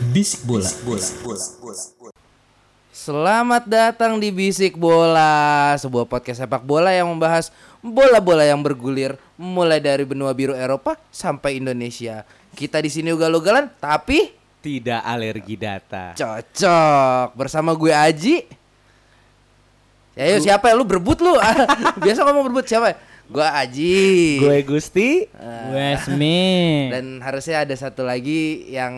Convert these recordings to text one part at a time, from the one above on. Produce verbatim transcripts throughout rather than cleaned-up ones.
Bisik Bola. Bola. Bola. Bola. Selamat datang di Bisik Bola, sebuah podcast sepak bola yang membahas bola-bola yang bergulir mulai dari benua biru Eropa sampai Indonesia. Kita di sini ugal-ugalan tapi tidak alergi data. Cocok. Bersama gue Aji. Ya, ayo siapa ya? Lu berebut lu. Biasa ngomong berebut siapa? Gue Aji. Gue Gusti. Uh, Gue Esmi. Dan harusnya ada satu lagi yang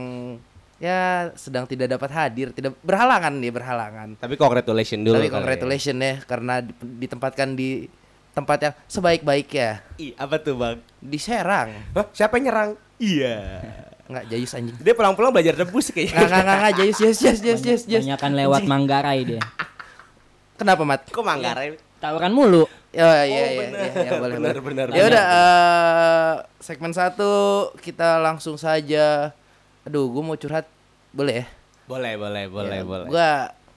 ya sedang tidak dapat hadir, tidak berhalangan nih, berhalangan. Tapi congratulations dulu. Tapi congratulations ya. ya karena ditempatkan di tempat yang sebaik-baiknya. Ih, apa tuh, Bang? Di Serang. Hah, siapa yang nyerang? Iya. Enggak, Jayus anjing. Dia pulang-pulang belajar debus kayaknya. Enggak, enggak, enggak, Jayus, Jayus, Jayus, Jayus, Jayus, Jayus. Banyakan lewat Manggarai dia. Kenapa, Mat? Kok Manggarai? Tawaran mulu. Oh, iya, iya, Oh, iya, benar. iya, ya, boleh, Benar, boleh. benar, Ya benar. udah, uh, segmen satu kita langsung saja. Aduh, gue mau curhat, boleh ya? Boleh, boleh, boleh, Ya, boleh. Gua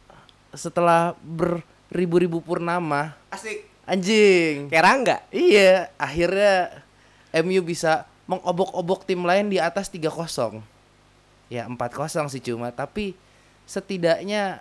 setelah beribu-ribu purnama, Asik. anjing. Kayak Rangga. Iya, akhirnya M U bisa mengobok-obok tim lain di atas tiga kosong. Ya empat kosong sih cuma, tapi setidaknya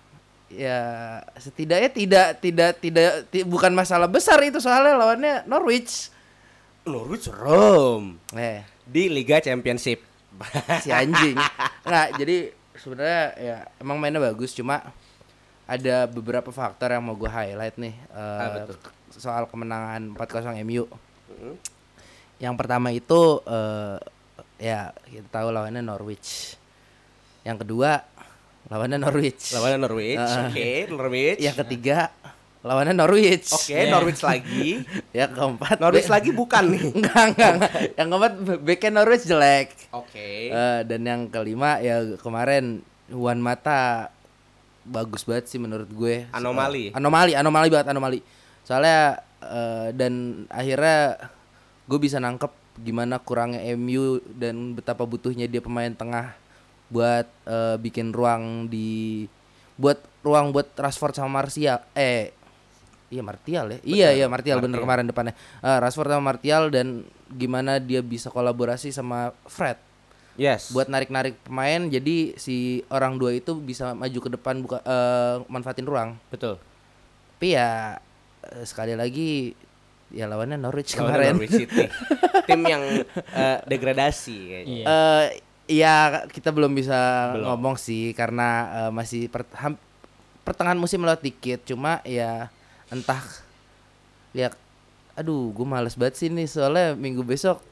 ya setidaknya tidak tidak tidak ti- bukan masalah besar itu, soalnya lawannya Norwich. Norwich Rome Eh, di Liga Championship. si anjing. Nggak, jadi sebenarnya ya emang mainnya bagus, cuma ada beberapa faktor yang mau gue highlight nih eh, Apa tuh? soal kemenangan empat kosong M U. Mm-hmm. Yang pertama itu eh, ya kita tahu lawannya Norwich. Yang kedua lawannya Norwich. Lawannya Norwich. Uh, Oke, Norwich. Yang ketiga lawannya Norwich. Oke, Yeah. Norwich lagi. Yang keempat Norwich be- lagi bukan nih. enggak, enggak, enggak. Yang keempat backnya Norwich jelek. Oke. Eh, dan yang kelima ya kemarin Juan Mata bagus banget sih menurut gue. Anomali. Eh, anomali, anomali banget, anomali. Soalnya eh, dan akhirnya gue bisa nangkep gimana kurangnya M U dan betapa butuhnya dia pemain tengah buat eh, bikin ruang di buat ruang buat Rashford sama Martial. Eh iya Martial ya. Iya iya Martial, bener Martial. kemarin depannya. Eh, Rashford sama Martial dan gimana dia bisa kolaborasi sama Fred Yes. buat narik-narik pemain, jadi si orang dua itu bisa maju ke depan buka eh, manfaatin ruang. Betul. Tapi ya eh, sekali lagi ya lawannya Norwich Lawannya kemarin. Norwich City. Tim yang eh, degradasi kayaknya. Iya. Eh ya kita belum bisa Belum. ngomong sih karena eh, masih per- ham- pertengahan musim lewat dikit, cuma ya entah lihat aduh gue males banget sih nih soalnya minggu besok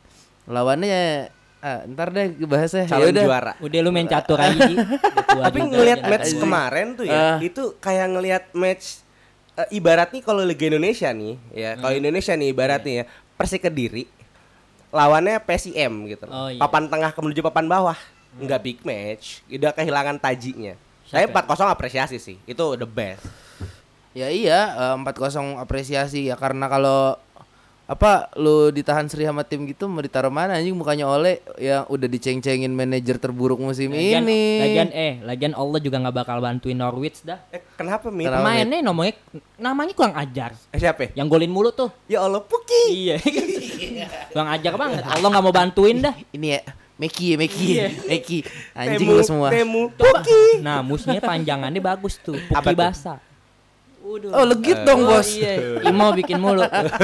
lawannya ah, ntar deh bahasnya. Calon Yaudah. juara. Udah lu main catur aja Ji. Udah tua Tapi juga, ngelihat jangan match tua. kemarin tuh ya, Ah. itu kayak ngelihat match eh, ibarat nih kalau Liga Indonesia nih, ya. Kalau Hmm. Indonesia nih ibarat nih ya, Persik Kediri lawannya P S I M gitu. Oh, iya. Papan tengah ke menuju papan bawah. Enggak big match, udah kehilangan tajinya. Saya Siapa? empat kosong apresiasi sih. Itu the best. Ya iya, eh, empat kosong apresiasi ya, karena kalau apa lu ditahan seri sama tim gitu mau ditaruh mana anjing, mukanya Ole yang udah diceng-cengin manajer terburuk musim Lagian, ini. lagian eh, lagian Allah juga nggak bakal bantuin Norwich dah. Eh, kenapa Mit? Kenapa? Pemainnya namanya namanya kurang ajar. Eh, siapa? Yang golin mulu tuh. Ya Allah, Puki. Iya. Kurang ajar banget. Allah nggak mau bantuin dah. Ini ya Meki ya Meki. Iya. Meki. Anjing Temu, lu semua. Temu, Coba. Puki. Nah, musnya panjangannya bagus tuh. Apa Puki tuh? basah. Udah. Oh legit dong Oh, bos. iya. Imo bikin mulu.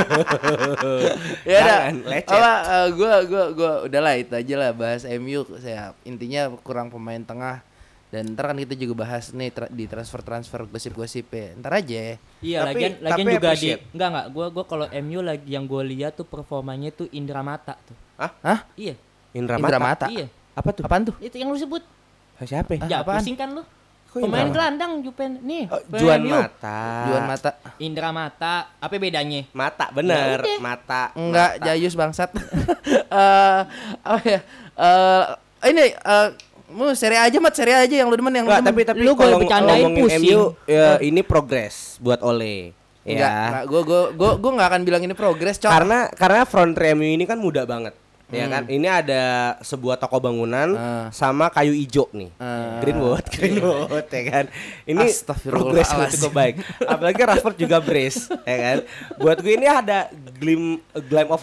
Ya udah. Jangan, lecet. Apa eh, gua gua gua udahlah itu aja lah bahas M U. Saya intinya kurang pemain tengah. Dan ntar kan kita juga bahas nih tra- di transfer-transfer gosip-gosip ya. Ntar aja. Iya, Tapi- lagian lagian tapi juga di appreciate. enggak enggak gua gua kalau M U lagi yang gua lihat tuh performanya tuh Indra Mata tuh. Hah? Iya. Indra Indra Mata. Mata. Iya. Apa tuh? Apaan tuh? Itu yang lu sebut. Siapa? Ah, Ya, apaan? pusing kan lu? Kok Pemain Indra? gelandang Jupen nih. Oh, pemain Juan M U. Mata. Juan Mata. Indra Mata, apa bedanya? Mata bener, Ya udah. mata. Enggak, mata. Jayus bangsat. Eh, apa ya? Eh, ini eh mu seri aja mat, seri aja yang lu demen yang lu Enggak, demen. tapi tapi Lu gua kalau bercandain ngomongin pusing. M U ya, ini progres buat Ole. Enggak, Ya. enggak, gua gua gua gua enggak akan bilang ini progres, cok. Karena karena front M U ini kan muda banget. Ya Hmm. kan? Ini ada sebuah toko bangunan Ah. sama kayu ijo nih. Ah. Greenwood, Greenwood ya kan. Ini Astagfirullahaladzim. progres yang cukup baik. Apalagi Rashford juga brace, ya kan. Buat gue ini ada glim a glim of hope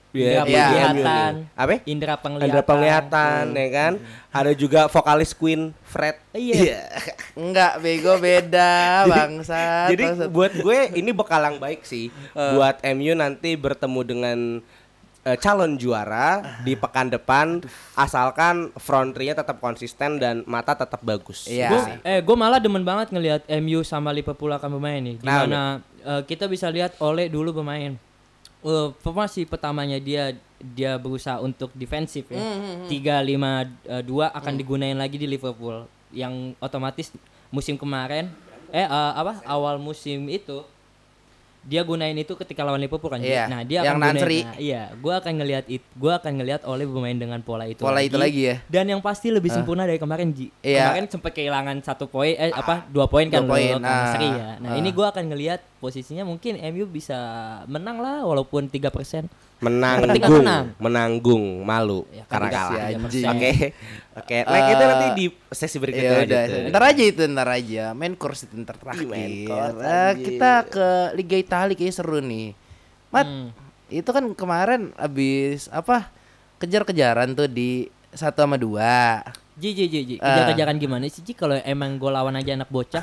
Iya, Indra iya, penglihatan. iya. Apa? Indra penglihatan. Indra penglihatan ya kan. Ada juga vokalis Queen Fred. Iya. Enggak, bego beda bangsat. Jadi bangsat. buat gue ini bekal yang baik sih buat M U nanti bertemu dengan uh, calon juara di pekan depan asalkan front three-nya tetap konsisten dan Mata tetap bagus. Iya. Gua, eh gue malah demen banget ngelihat M U sama Liverpool akan bermain nih. Nah, Dimana eh, kita bisa lihat Ole dulu bermain. Uh, formasi pertamanya dia dia berusaha untuk defensif ya. tiga lima dua akan digunain lagi di Liverpool yang otomatis musim kemarin eh uh, apa awal musim itu dia gunain itu ketika lawan Liverpool kan. Iya, Nah, dia yang akan gunain. Nansri. Nah, iya, gua akan ngelihat it, gua akan ngelihat Ole bermain dengan pola itu. Pola itu lagi ya? Dan yang pasti lebih sempurna dari kemarin, Ji. Iya. Kemarin sempat kehilangan satu poin eh apa dua poin kan Dua poin, lo karena ah. seri ya. Nah, Ah. ini gua akan ngelihat posisinya mungkin M U bisa menang lah walaupun tiga persen. Menanggung, menang. menanggung, malu Ya, karena kan kalah. si anjing. Oke, oke. Nah kita nanti di sesi berikutnya Ya aja udah, tuh. ntar aja itu ntar aja. Main course itu ntar terakhir. Main course, Eh, anjir. kita ke Liga Italia kayaknya seru nih. Mat, Hmm. itu kan kemarin abis apa kejar-kejaran tuh di satu sama dua. Ji Ji Ji Ji. Ah. Kejar-kejaran gimana sih Ji kalau emang gua lawan aja anak bocah?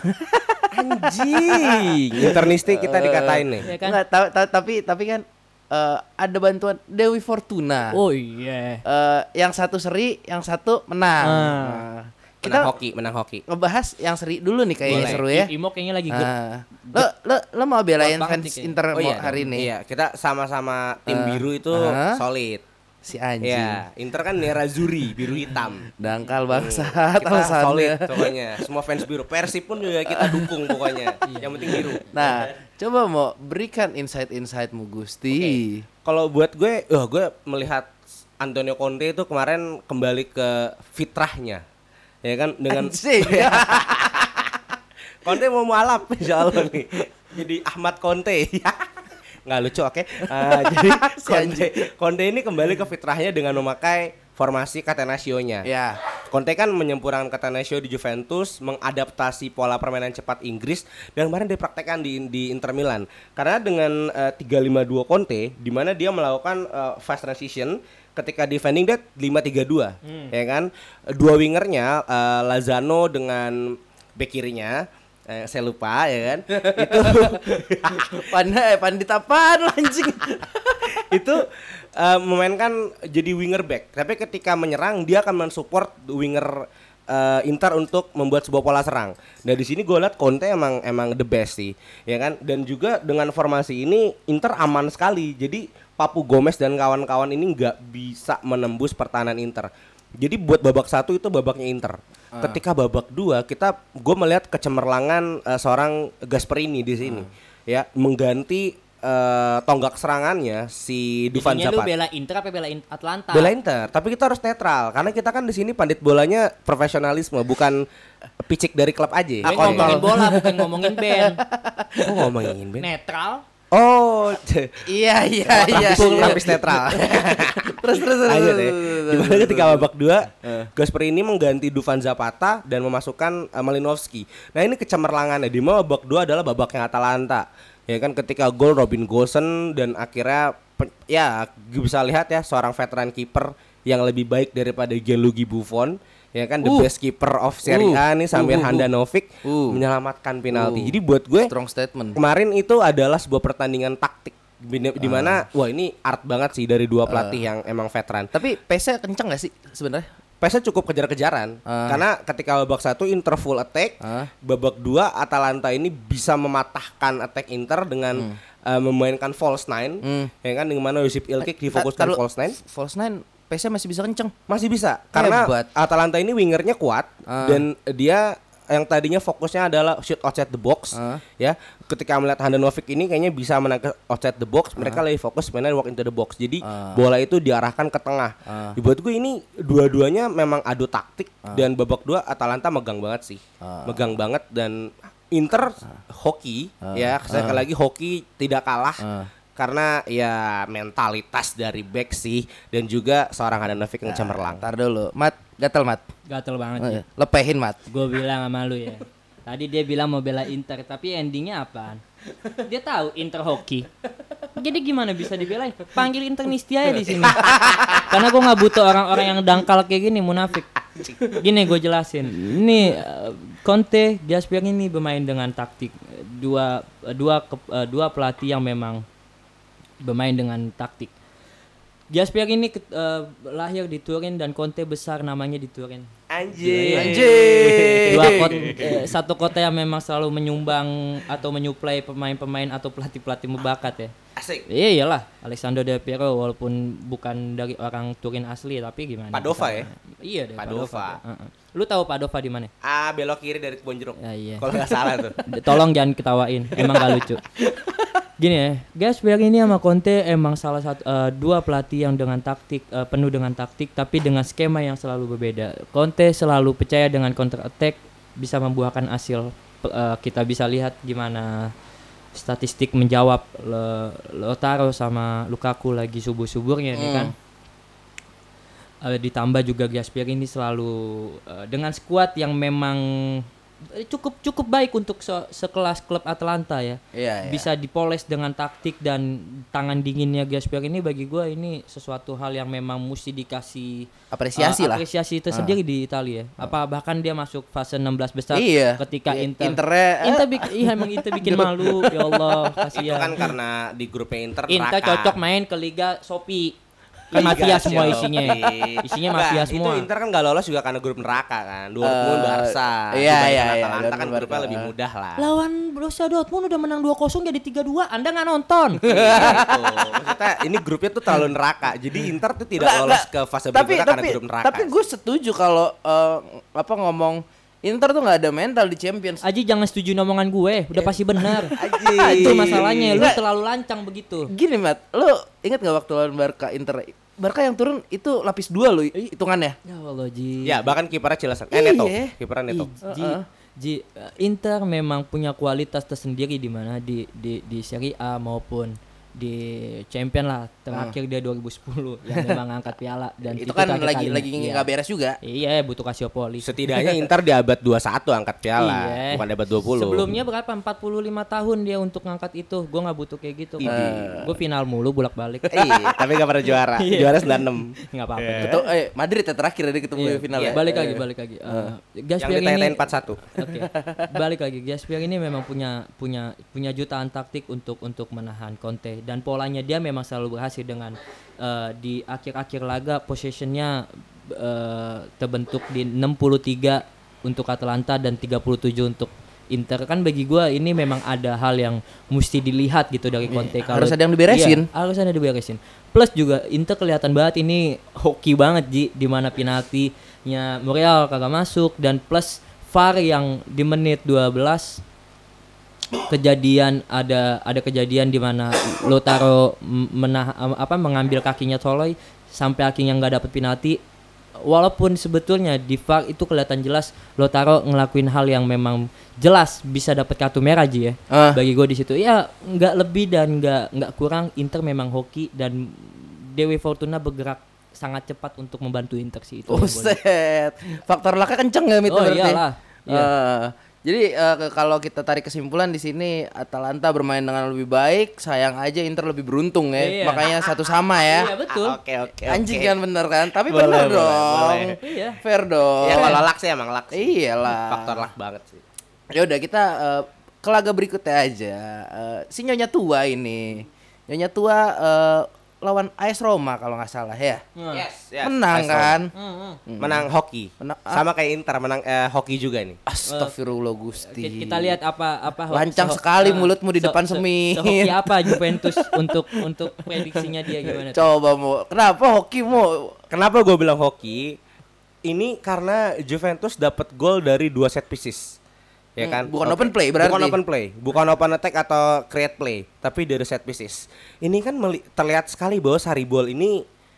Anjing, internistik kita dikatain nih. ya kan? Enggak, ta- ta- tapi tapi kan eh, ada bantuan Dewi Fortuna. Oh iya. Eh, yang satu seri, yang satu menang. Ah. Nah, Menang kita hoki, menang hoki. ngebahas yang seri dulu nih kayaknya Boleh. seru ya. I- Imo kayaknya lagi good. Ah. Lo lo lo mau belain Kuat banget fans nih kayaknya. Inter Oh mau iya, hari dong. ini? Iya, kita sama-sama tim Eh, biru itu ah. solid. Si anjing. Iya, Inter kan nerazzurri, biru hitam. Dangkal bangsat Kita alasannya. solid pokoknya. Semua fans biru. Persib pun juga kita dukung pokoknya. Yang penting biru. Nah, coba mau berikan insight-insightmu Gusti. Kalau buat gue, oh, gue melihat Antonio Conte itu kemarin kembali ke fitrahnya. Ya kan dengan Anjing. Conte mau mualaf insya Allah nih. Jadi Ahmad Conte. Nggak lucu, oke. Uh, jadi Conte, Conte ini kembali ke fitrahnya dengan memakai formasi Catenaccio-nya. Ya. Conte kan menyempurnakan Catenaccio di Juventus, mengadaptasi pola permainan cepat Inggris dan kemarin dipraktekkan di di Inter Milan. Karena dengan uh, tiga lima dua Conte di mana dia melakukan uh, fast transition ketika defending dia lima tiga dua, Hmm. ya kan? Dua wingernya uh, Lozano dengan bek kirinya eh, saya lupa ya kan. Itu Pandai eh, pandit apaan lu, anjing? itu uh, memainkan jadi winger back, tapi ketika menyerang dia akan mensupport winger uh, Inter untuk membuat sebuah pola serang. Nah di sini gue lihat Conte emang emang the best sih, ya kan. Dan juga dengan formasi ini Inter aman sekali. Jadi Papu Gomez dan kawan-kawan ini nggak bisa menembus pertahanan Inter. Jadi buat babak satu itu babaknya Inter. Ah. Ketika babak dua kita gue melihat kecemerlangan uh, seorang Gasperini di sini, ya mengganti uh, tonggak serangannya si Dufan Biasanya lu Zapata. bela Inter apa bela In- Atlanta? Bela Inter, tapi kita harus netral karena kita kan di sini pandit bolanya profesionalisme, bukan picik dari klub aja. Gue Ah, kontol. ngomongin bola bukan ngomongin band. Kok ngomongin Ben? Netral. Oh, Iya iya iya. lapis, iya. lapis netral. Terus terus terus. Ayo terus, deh. terus, Dimana terus, ketika terus. babak dua, Gasperini mengganti Dufan Zapata dan memasukkan uh, Malinowski. Nah ini kecemerlangannya. Di mana babak dua adalah babaknya Atalanta. Ya kan ketika gol Robin Gosens dan akhirnya pe- ya bisa lihat ya seorang veteran kiper yang lebih baik daripada Gianluigi Buffon. Ya kan the Uh. best keeper of Serie A Uh. nih Samir Uh, uh, uh. Handanovic Uh. menyelamatkan penalti. Uh. Jadi buat gue Strong statement. kemarin itu adalah sebuah pertandingan taktik di mana wah ini art banget sih dari dua pelatih yang emang veteran. Tapi pace-nya kenceng gak sih sebenarnya? P S cukup kejar-kejaran Ah. karena ketika babak satu Inter full attack, Ah. babak dua Atalanta ini bisa mematahkan attack Inter dengan uh, memainkan false nine, Hmm. ya kan dengan mana Josip Ilkic difokuskan Tar- tar- false nine. False nine pace-nya masih bisa kenceng. Masih bisa karena Hebat. Atalanta ini wingernya kuat Ah. dan dia yang tadinya fokusnya adalah shoot outside the box, Ah. ya. Ketika melihat Handanovic ini kayaknya bisa menangkap outside the box, mereka lebih fokus mainnya walk into the box. Jadi Ah. bola itu diarahkan ke tengah. Ah. Buat gue ini dua-duanya memang adu taktik dan babak dua Atalanta megang banget sih, Ah. megang banget dan Inter hoki, ya. Sekali lagi hoki tidak kalah. Ah. Karena ya mentalitas dari back sih dan juga seorang Handanovic yang cemerlang. Ntar dulu, Mat, gatel Mat. Gatel banget Eh, sih. Lepehin Mat. Gue bilang sama lu ya. Tadi dia bilang mau bela Inter, tapi endingnya apaan? Dia tahu Inter hoki. Jadi gimana bisa dibelain? Panggil Internistia ya di sini. Karena gue nggak butuh orang-orang yang dangkal kayak gini, munafik. Gini gue jelasin. Ini uh, Conte, Gasperini ini bermain dengan taktik dua dua uh, dua pelatih yang memang bermain dengan taktik. Gasperini uh, lahir di Turin dan Conte besar namanya di Turin. Anjir. Anjir. Dua kota, eh, satu kota yang memang selalu menyumbang atau menyuplai pemain-pemain atau pelatih-pelatih berbakat ya. Asik. Iya iyalah, Alessandro Del Piero walaupun bukan dari orang Turin asli tapi gimana? Padova kita, ya? Iya dari Padova. Padova. Uh-uh. Lu tahu Padova di mana? Ah, belok kiri dari kebun jeruk. Ya, iya. Kalau nggak salah tuh. Tolong jangan ketawain, emang gak lucu. Gini ya, Gasperini sama Conte emang salah satu uh, dua pelatih yang dengan taktik uh, penuh dengan taktik tapi dengan skema yang selalu berbeda. Conte selalu percaya dengan counter attack bisa membuahkan hasil. Uh, kita bisa lihat gimana statistik menjawab Le, Lautaro sama Lukaku lagi subuh-suburnya nih kan. Uh, ditambah juga Gasperini selalu uh, dengan skuad yang memang cukup cukup baik untuk se- sekelas klub Atalanta ya. Iya, iya. Bisa dipoles dengan taktik dan tangan dinginnya Gasperini bagi gue ini sesuatu hal yang memang mesti dikasih Apresiasi uh, lah. apresiasi tersendiri di Italia. Apa bahkan dia masuk fase enam belas besar Iya. ketika Iya, Inter Internya, eh. Inter bik- iya emang Inter bikin malu ya Allah Itu kasihan. kan karena di grupnya Inter Inter neraka. cocok main ke Liga Shopee. Kan Liga mafia semua Shopee. isinya. Isinya Enggak, mafia itu semua. Inter kan gak lolos juga karena grup neraka kan. Dortmund, Eh, Barca. iya, Dibandingkan iya, iya, Atalanta kan Dortmund, grupnya Barca. lebih mudah lah. Lawan Borussia Dortmund udah menang dua kosong jadi tiga dua. Anda nggak nonton. Gitu. Maksudnya ini grupnya tuh terlalu neraka. Jadi Inter tuh tidak Nggak, lolos nggak. ke fase tapi berikutnya karena tapi grup neraka. tapi gue setuju kalau eh, apa ngomong Inter tuh nggak ada mental di Champions. Aji jangan setuju omongan gue, udah pasti benar. Aji. Itu masalahnya, lu Nggak. terlalu lancang begitu. Gini Mat, lo ingat gak waktu lawan Barca Inter? Barca yang turun itu lapis dua lo hitungannya. Ya Allah Ji. Ya bahkan kipernya Cilasan. Eh Neto. Iya. Kipernya Neto. Ih, Ji, Ji, uh, Inter memang punya kualitas tersendiri di mana di di di Serie A maupun di Champion lah. Terakhir dia dua ribu sepuluh yang memang angkat piala dan Itu kan terakhir lagi kalinya. lagi Iya. nggak beres juga. Iya, butuh Calciopoli. Setidaknya Inter di abad dua puluh satu angkat piala, Iya. bukan di abad dua puluh. Sebelumnya berapa? empat puluh lima tahun dia untuk ngangkat itu. Gue nggak butuh kayak gitu. Gue final mulu bolak-balik. Iya, tapi gak pernah juara. Iya. Juara sembilan puluh enam. Nggak apa-apa. Betul, eh Madrid ya terakhir dia ketemu Iya, di final iya, ya. balik lagi, balik lagi. Uh, Yang Gasperini ditanya-tanya empat satu. Oke. Balik lagi. Gasperini memang punya punya punya jutaan taktik untuk untuk menahan Conte dan polanya dia memang selalu berhasil dengan uh, di akhir-akhir laga possessionnya uh, terbentuk di enam puluh tiga untuk Atalanta dan tiga puluh tujuh untuk Inter. Kan bagi gua ini memang ada hal yang mesti dilihat gitu dari Conte. Kalau harus ada yang diberesin. Iya, harus ada diberesin. Plus juga Inter kelihatan banget ini hoki banget Ji, di mana penaltinya Muriel kagak masuk dan plus V A R yang di menit dua belas kejadian ada ada kejadian di mana Lautaro menah apa mengambil kakinya Toloi sampai akhirnya nggak dapet penalti. Walaupun sebetulnya di V A R itu kelihatan jelas Lautaro ngelakuin hal yang memang jelas bisa dapat kartu merah Ji ya. Ah. Bagi gue di situ ya nggak lebih dan nggak nggak kurang. Inter memang hoki dan Dewi Fortuna bergerak sangat cepat untuk membantu Inter sih itu. Buset. Faktor laka kenceng ya itu Oh berarti. iyalah. Iya. Eh, jadi eh, ke- kalau kita tarik kesimpulan di sini Atalanta bermain dengan lebih baik, sayang aja Inter lebih beruntung ya. Iya. Makanya satu sama ya. Iya betul. Oke oke. Anjing oke. kan bener kan? Tapi Boleh, bener boleh, dong. boleh. Iya. Fair dong. Ya kalau luck sih emang luck. sih. Iyalah. Faktor luck banget sih. Ya udah kita eh, ke laga berikutnya aja. Eh, si Nyonya Tua ini. Nyonya Tua eh, lawan A S Roma kalau nggak salah ya. Yes, yes. Menang Nice kan? one. Menang hoki. Menang- Sama kayak Inter menang eh, hoki juga nih. Astagfirullah Oke, Gusti. kita lihat apa apa ho- Lancang seho- sekali ah, mulutmu di se- depan se- semin. sehoki apa Juventus untuk untuk prediksinya dia gimana? tuh? Coba mau. Kenapa hoki mau? Kenapa gue bilang hoki? Ini karena Juventus dapat gol dari dua set pieces. Ya kan? Hmm, bukan Oke. open play berarti. Bukan open play, bukan open attack atau create play, tapi dari set pieces. Ini kan meli- terlihat sekali bahwa Sarri Ball ini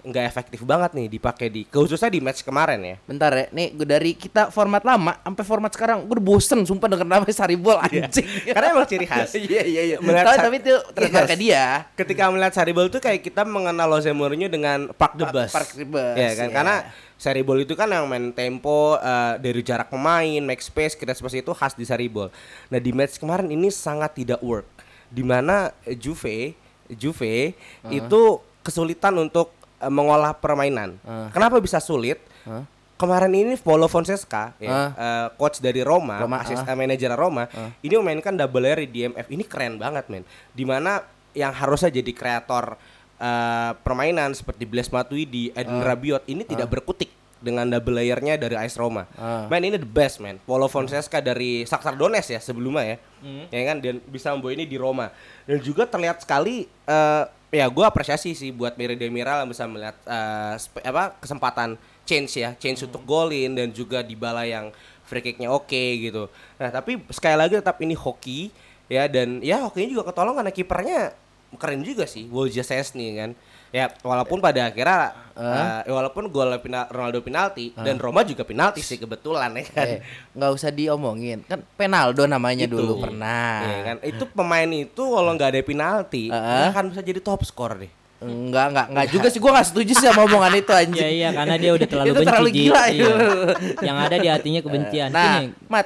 nggak efektif banget nih dipakai di khususnya di match kemarin ya. Bentar ya, nih gue dari kita format lama sampai format sekarang gue udah bosen sumpah denger namanya Saribol anjing. Karena emang ciri khas. Iya iya iya. Melihat Tapi, Sa- tapi itu trademark Yes. dia. Ketika melihat Saribol tuh kayak kita mengenal Jose Mourinho dengan Park the Pa- Bus. Park the Bus, Ya kan, iya. karena Saribol itu kan yang main tempo uh, dari jarak pemain, make space, kita seperti itu khas di Saribol. Nah di match kemarin ini sangat tidak work. Dimana Juve, Juve uh. itu kesulitan untuk uh, mengolah permainan. Uh. Kenapa bisa sulit? Uh. Kemarin ini Paulo Fonseca, ya, uh. Uh, coach dari Roma, Roma asisten uh. manajer Roma, uh. ini memainkan double layer di D M F. Ini keren banget, men. Dimana yang harusnya jadi kreator uh, permainan seperti Blaise Matuidi, Edin uh. Rabiot ini uh. tidak berkutik dengan double layernya dari A S Roma. Uh. Man ini the best, man. Paulo Fonseca uh. dari Shakhtar Donetsk ya sebelumnya ya, uh. ya kan, dan bisa membawa ini di Roma. Dan juga terlihat sekali, uh, ya gue apresiasi sih buat Mire Demiral yang bisa melihat uh, spe- apa kesempatan change ya, change uh. untuk golin dan juga Dybala yang free kicknya oke okay, gitu. Nah tapi sekali lagi tetap ini hoki ya, dan ya hokinya juga ketolong karena kipernya keren juga sih, Wojciech Szczesny kan. Ya walaupun pada akhirnya uh. Uh, walaupun gol pina, Ronaldo penalti uh. dan Roma juga penalti sih kebetulan ya kan. Eh, nggak usah diomongin, kan Penaldo namanya itu. dulu pernah. Iya kan, itu pemain itu kalau nggak ada penalti, uh. dia akan bisa jadi top skor deh. Enggak, enggak, enggak juga sih, gua enggak setuju sih sama omongan itu anjing. Iya iya karena dia udah terlalu Itu benci terlalu Ji. gila, Iya. Yang ada di hatinya kebencian. Nah, Ini, Mat,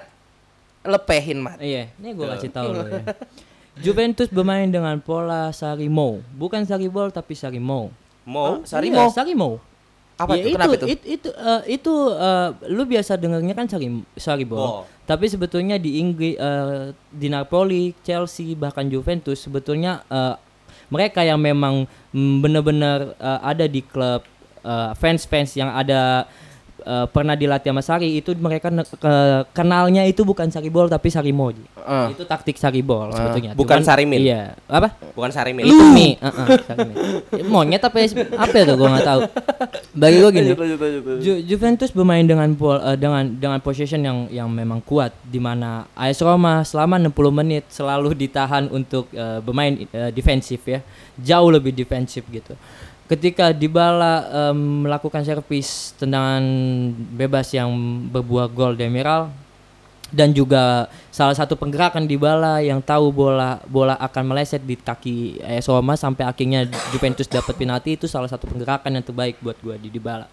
lepehin Mat. iya, ini gue kasih tahu lo ya. Juventus bermain dengan pola Sarimo, bukan Saribol tapi Sarimo. Mau? Sarimo? Iya, Sarimo. Apa Ya, tuh? itu, Kenapa itu? Itu itu eh, itu eh, lu biasa dengarnya kan Sarim, Saribol. Oh. Tapi sebetulnya di Inggris, eh, di Napoli, Chelsea bahkan Juventus sebetulnya eh, mereka yang memang mm, benar-benar eh, ada di klub, eh, fans-fans yang ada eh, pernah dilatih sama Sari itu mereka ne- ke- kenalnya itu bukan Saribol tapi Sarimo. Uh. Itu taktik Saribol sebetulnya. Bukan Cuman- Sarimin. Iya. Apa? Bukan Sarimin. Itu mie, uh-uh, Sarimin. Monyet apa ya? Apa itu gua enggak tahu. Bagi gua gini. Ju- Juventus bermain dengan ball, uh, dengan dengan possession yang yang memang kuat di mana A S Roma selama enam puluh menit selalu ditahan untuk uh, bermain uh, defensif ya. Jauh lebih defensif gitu. Ketika Dybala um, melakukan servis tendangan bebas yang berbuah gol Demiral dan juga salah satu penggerakan Dybala yang tahu bola bola akan meleset di kaki A S Roma sampai akhirnya Juventus dapat penalti, itu salah satu penggerakan yang terbaik buat gua di Dybala.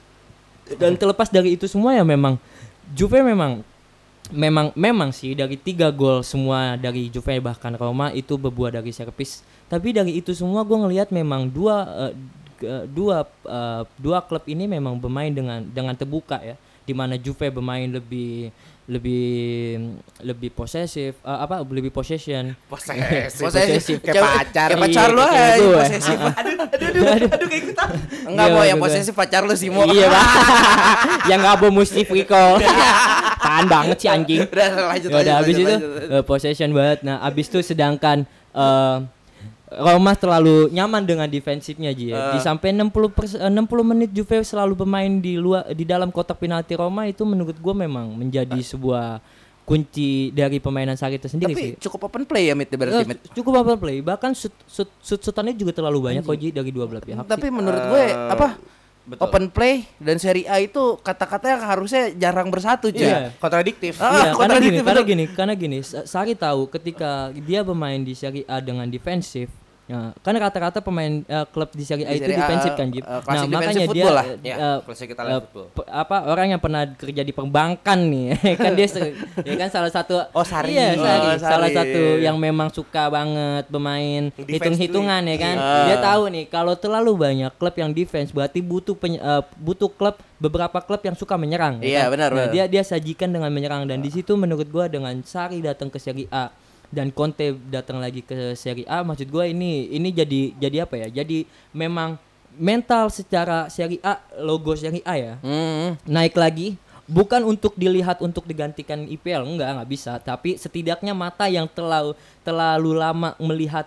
Dan terlepas dari itu semua ya memang Juve memang memang memang sih dari tiga gol semua dari Juve bahkan Roma itu berbuah dari servis. Tapi dari itu semua gue ngelihat memang dua uh, g- dua uh, dua klub ini memang bermain dengan dengan terbuka ya, di mana Juve bermain lebih lebih lebih posesif, uh, apa lebih possession. Posesif. Posesif. Kayak pacar. Kayak pacar lu kayak aja gue. posesif. Aduh, aduh, aduh, aduh, aduh kayak kita. Enggak Iya, mau yang maksud gue. posesif pacar lu sih mau. Iya bang, yang nggak mau mesti free call. Tahan banget sih anjing. Udah lanjut Ya udah lanjut, habis lanjut, itu lanjut. uh, possession banget. Nah, habis itu sedangkan uh, Roma terlalu nyaman dengan defensifnya Ji. Uh. Di sampai enam puluh persen, enam puluh menit Juve selalu bermain di luar di dalam kotak penalti Roma, itu menurut gua memang menjadi sebuah kunci dari permainan Sarri itu sendiri Tapi sih. cukup open play ya Mit berarti Eh, Mit. cukup open play, bahkan shoot shoot shoot shootannya juga terlalu banyak kok Ji dari dua belah pihak. Tapi sih. menurut gue Eh, apa betul. open play dan Serie A itu kata-kata yang harusnya jarang bersatu cuy. Iya. Kontradiktif. Ah, Iya, karena gini, kontradiktif, karena betul. gini, karena gini, Sa- Sarri tahu ketika dia bermain di Serie A dengan defensif, ya, kan rata-rata pemain eh, klub di Serie A Di itu Serie A, defensif kan, Jip. eh, Nah, klasik makanya defensive dia football lah. eh, Ya, eh, klasik kita eh, lihat football. pe- apa orang yang pernah kerja di perbankan nih, kan dia se- ya kan salah satu Oh, Sarri. Iya, Sarri. Oh, Salah Sarri. satu yang memang suka banget bermain Defense hitung-hitungan ya kan. Iya. Dia tahu nih kalau terlalu banyak klub yang defense berarti butuh peny- eh, butuh klub beberapa klub yang suka menyerang. ya Iya, kan? benar, Nah, benar. dia dia sajikan dengan menyerang, dan di situ menurut gua dengan Sarri datang ke Serie A dan Conte datang lagi ke Serie A, maksud gua ini ini jadi jadi apa ya? Jadi memang mental secara Serie A, logo Serie A ya. Hmm. Naik lagi, bukan untuk dilihat untuk digantikan I P L, enggak, enggak bisa, tapi setidaknya mata yang terlalu terlalu lama melihat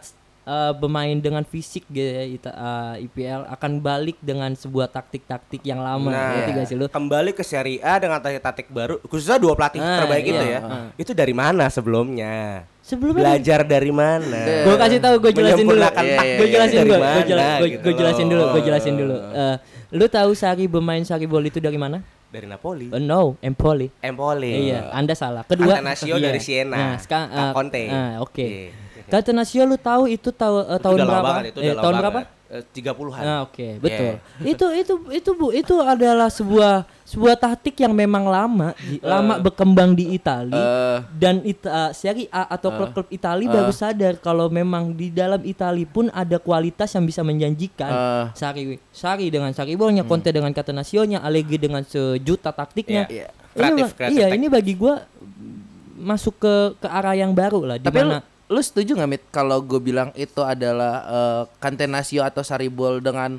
uh, bermain dengan fisik gitu ya ita, uh, I P L akan balik dengan sebuah taktik-taktik yang lama. Nah, ngerti gak sih lu? kembali ke Serie A dengan taktik-taktik baru, khususnya dua pelatih Ah, terbaik iya, itu ya. ah. Itu dari mana sebelumnya? Sebelumnya Belajar dari mana? gue kasih tahu, gue jelasin dulu. Menyempurnakan Iya, taktik iya, Gue iya. jelasin dari dulu, mana, gue jelasin, gue gitu jelasin loh. dulu, gue jelasin dulu. Uh, lu tahu Sarri bermain Sarri ball itu dari mana? Dari Napoli. Uh, no, Empoli. Empoli. Iya, Anda salah. Kedua, Catenaccio iya. dari Siena. Nah, sekarang Kak Conte. ah, oke. Iya. Catenaccio lu tahu itu tahu uh, Itu tahun udah lama berapa? banget, itu Eh, udah lama tahun banget. berapa? Eh, tiga puluhan. Ah, oke, betul. Itu itu itu Bu, itu adalah sebuah sebuah taktik yang memang lama, Ji. lama berkembang di Italia Eh. dan it, uh, Serie A atau klub-klub Italia baru sadar kalau memang di dalam Italia pun ada kualitas yang bisa menjanjikan. Eh. Sari Sari dengan Sarri-ballnya, Conte dengan Catenaccio-nya, Allegri dengan sejuta taktiknya. Iya, iya. Ini Kreatif, ma- kreatif iya, tactic. ini bagi gua masuk ke ke arah yang baru lah di Tapi lu, mana lu setuju nggak Mit kalau gue bilang itu adalah uh, Catenaccio atau Sarri-ball dengan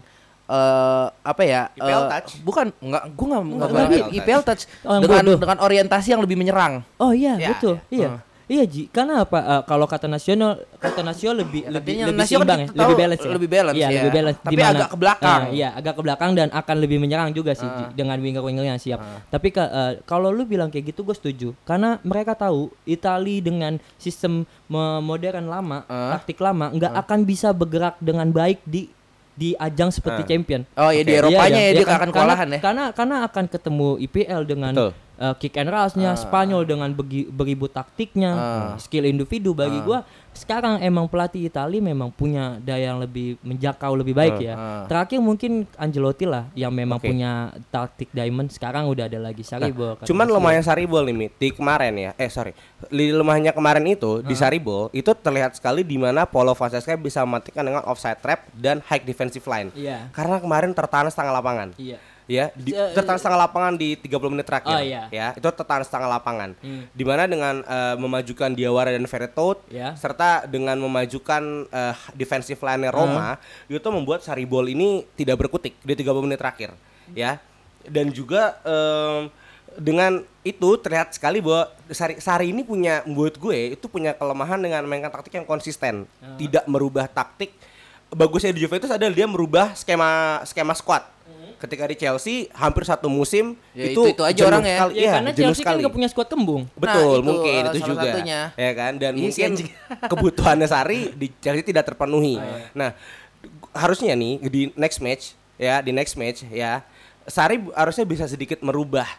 uh, apa ya? I P L uh, touch? Bukan, nggak, gue nggak nggak Enggak, bilang tapi- I P L touch Oh, yang dengan bodoh. dengan orientasi yang lebih menyerang. Oh iya, Ya, betul. ya. Iya. Iya Ji, karena apa? Uh, kalau kata nasional, kata nasional lebih Ya, lebih katanya lebih Nasio kan seimbang ya, kita lebih tahu balance ya. lebih balance, Iya, ya. lebih balance. Tapi Di mana- agak ke belakang. Ah, iya, agak ke belakang dan akan lebih menyerang juga sih Ji, Ah. dengan winger-winger yang siap. Tapi ka- uh, kalau lu bilang kayak gitu gue setuju. Karena mereka tahu Italia dengan sistem me- modern lama, Ah. taktik lama nggak akan bisa bergerak dengan baik di di ajang seperti Ah. champion. Oh ya di Oke. Eropanya Iya, ya iya, dia kan- akan karena- kewalahan ya. Karena karena akan ketemu I P L dengan Betul. uh, kick and rush-nya, Spanyol dengan begi- beribu taktiknya, Ah. skill individu bagi gua sekarang emang pelatih Italia memang punya daya yang lebih menjangkau lebih baik ya. Ah. Terakhir mungkin Ancelotti lah yang memang Oke. punya taktik diamond, sekarang udah ada lagi Sarri-ball. Cuman lemahnya Sarri-ball nih Mi, di kemarin ya. Eh sorry. Di lemahnya kemarin itu di Sarri-ball itu terlihat sekali di mana Paulo Fonseca bisa mematikan dengan offside trap dan high defensive line. Iya. Karena kemarin tertahan setengah lapangan. Iya. Ya, di, Se- tertahan setengah lapangan di tiga puluh menit terakhir. Oh, iya. Ya, itu tertahan setengah lapangan. Hmm. Dimana dengan eh, memajukan Diawara dan Verretout Ya. serta dengan memajukan eh, defensive line Roma, itu membuat Sarri-ball ini tidak berkutik di tiga puluh menit terakhir, ya. Dan juga em, dengan itu terlihat sekali bahwa Sarri, Sarri ini punya, buat gue itu punya kelemahan dengan mainkan taktik yang konsisten, tidak merubah taktik. Bagusnya di Juventus adalah dia merubah skema skema squad. Ketika di Chelsea hampir satu musim Ya, itu itu-itu aja jenuh orang ya. sekali. Ya, Iya, karena jenuh Chelsea kan sekali. nggak punya skuad kembung. Betul, Nah, itu, mungkin uh, itu salah juga. satunya. Ya kan, dan Iya sih, mungkin anjing. kebutuhannya Sarri di Chelsea tidak terpenuhi. Nah, harusnya nih di next match ya, di next match ya, Sarri bu- harusnya bisa sedikit merubah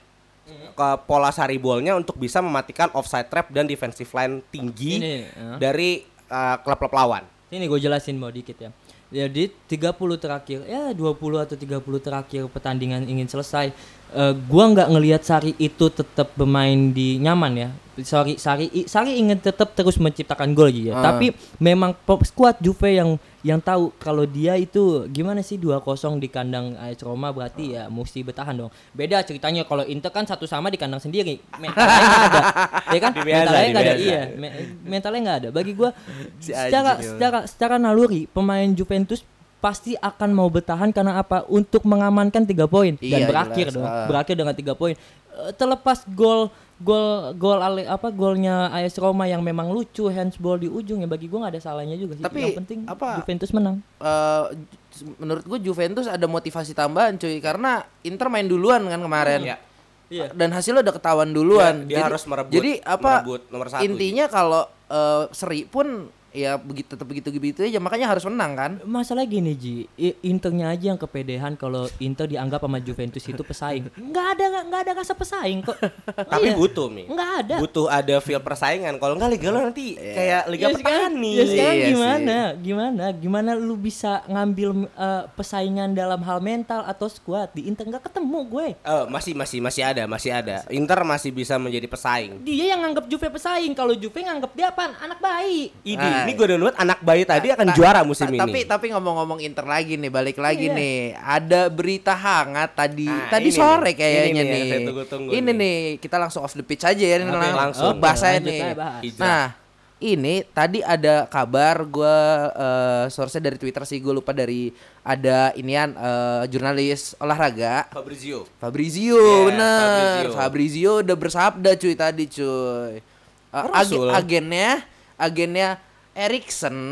ke pola Sarri ball-nya untuk bisa mematikan offside trap dan defensive line tinggi Ini, ya. dari uh, klub-klub lawan. Ini gue jelasin mau dikit ya. Jadi tiga puluh terakhir, ya dua puluh atau tiga puluh terakhir pertandingan ingin selesai. Eh, gua nggak ngelihat Sarri itu tetap bermain di nyaman ya. Sorry, Sarri i- Sarri ingin tetap terus menciptakan gol gitu ya. Ah. Tapi memang pop squad Juve yang yang tahu kalau dia itu gimana sih dua kosong di kandang A S Roma berarti ya mesti bertahan dong. Beda ceritanya kalau Inter kan satu sama di kandang sendiri. Mentalnya nggak ada. Ya kan? Di biasa, Mentalnya di nggak ada. biasa. Iya, me- mentalnya nggak ada. Bagi gua Si secara anjing, secara secara naluri pemain Juventus pasti akan mau bertahan karena apa? Untuk mengamankan tiga poin dan Iya, berakhir jelas. dong. Ah. Berakhir dengan tiga poin. Eh, terlepas gol gol gol ale, apa golnya A S Roma yang memang lucu handsball di ujung ya bagi gua nggak ada salahnya juga sih. Tapi, yang penting apa- Juventus menang. Eh, menurut gue Juventus ada motivasi tambahan cuy karena Inter main duluan kan kemarin. Ya. Iya. Dan hasilnya udah ketahuan duluan. Dia- dia harus merebut- Jadi apa? merebut nomor satu, intinya kalau eh, Seri pun ya begitu tetap begitu begitu aja makanya harus menang kan. Masalah gini Ji, I- Internya aja yang kepedean kalau Inter dianggap sama Juventus itu pesaing. Nggak ada nggak ada rasa pesaing kok. Tapi Iya. butuh nih. Nggak ada. Butuh ada feel persaingan. Kalau enggak liga lo nanti kayak liga Ya sekarang, petani. ya sekarang Iya gimana? Gimana? Gimana lu bisa ngambil uh, persaingan dalam hal mental atau squad di Inter nggak ketemu gue. Oh, masih masih masih ada, masih ada. Inter masih bisa menjadi pesaing. Dia yang nganggap Juve pesaing, kalau Juve nganggap dia apa? Anak bayi. Ini Ah. ini gue udah nulis anak bayi tadi akan Ta- juara musim ta- ini. Tapi tapi ngomong-ngomong Inter lagi nih, balik lagi Iya. nih. Ada berita hangat tadi Nah, tadi ini sore nih. kayaknya Ini nih yang nih. saya tunggu-tunggu ini nih. nih, kita langsung off the pitch aja ya Oke, lang- langsung. Oke, bahasain lanjut nih. aja, bahas. Hijrah. Nah, ini tadi ada kabar gue uh, source dari Twitter sih, gue lupa dari ada inian eh, jurnalis olahraga Fabrizio. Fabrizio, Yeah, bener. Fabrizio. Fabrizio udah bersabda cuy tadi cuy. Uh, ag- Rasul. agennya, agennya Erikson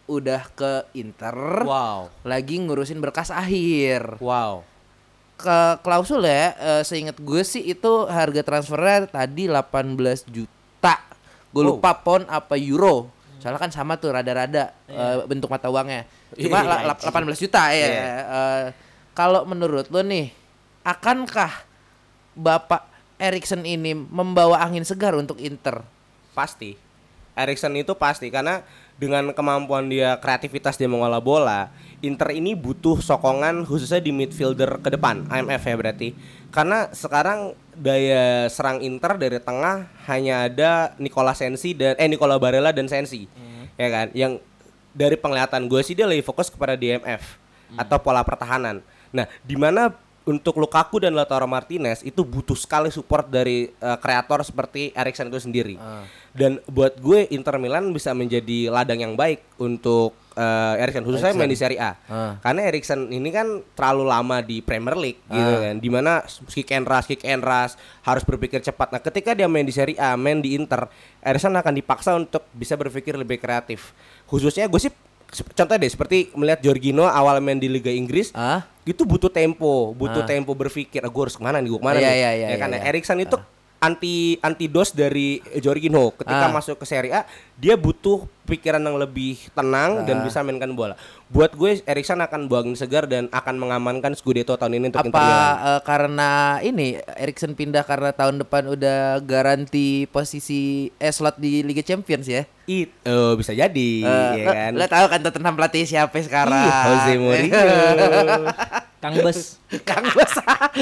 udah ke Inter. Wow. Lagi ngurusin berkas akhir. Wow. Ke klausul ya, uh, seingat gue sih itu harga transfernya tadi delapan belas juta. Gue Oh. lupa pound apa euro. Soalnya kan sama tuh rada-rada uh, bentuk mata uangnya. Cuma Iya, la- la- delapan belas juta ya. Iya. Uh, kalau menurut lo nih, akankah Bapak Eriksen ini membawa angin segar untuk Inter? Pasti. Eriksen itu pasti karena dengan kemampuan dia, kreativitas dia mengolah bola, Inter ini butuh sokongan khususnya di midfielder ke depan, I M F ya berarti. Karena sekarang daya serang Inter dari tengah hanya ada Nicola Sensi dan eh Nicola Barella dan Sensi. Hmm. Ya kan? Yang dari penglihatan gue sih dia lebih fokus kepada D M F hmm. atau pola pertahanan. Nah, di mana untuk Lukaku dan Lautaro Martinez itu butuh sekali support dari uh, kreator seperti Eriksen itu sendiri. Uh. Dan buat gue Inter Milan bisa menjadi ladang yang baik untuk uh, Eriksen khususnya main di Serie A. Uh. Karena Eriksen ini kan terlalu lama di Premier League uh. gitu kan, dimana kick and rush, kick and rush harus berpikir cepat. Nah, ketika dia main di Serie A, main di Inter, Eriksen akan dipaksa untuk bisa berpikir lebih kreatif. Khususnya gue sih contoh deh seperti melihat Jorginho awal main di Liga Inggris, ah? itu butuh tempo, butuh ah. tempo berpikir, ah, gue harus kemana nih, gue kemana iya, nih, iya, ya iya, kan? iya. Eriksen itu ah. anti anti dos dari Jorginho ketika ah. masuk ke Serie A, dia butuh pikiran yang lebih tenang ah. dan bisa mainkan bola. Buat gue Eriksen akan bawa angin segar dan akan mengamankan Scudetto tahun ini untuk Inter Milan. Apa uh, karena ini Eriksen pindah karena tahun depan udah garansi posisi eh slot di Liga Champions ya? It, oh, bisa jadi, uh, ya kan? Lo tahu kan Tottenham pelatih siapa sekarang? Ih, Jose Mourinho. Kang Bes. Kang Bes.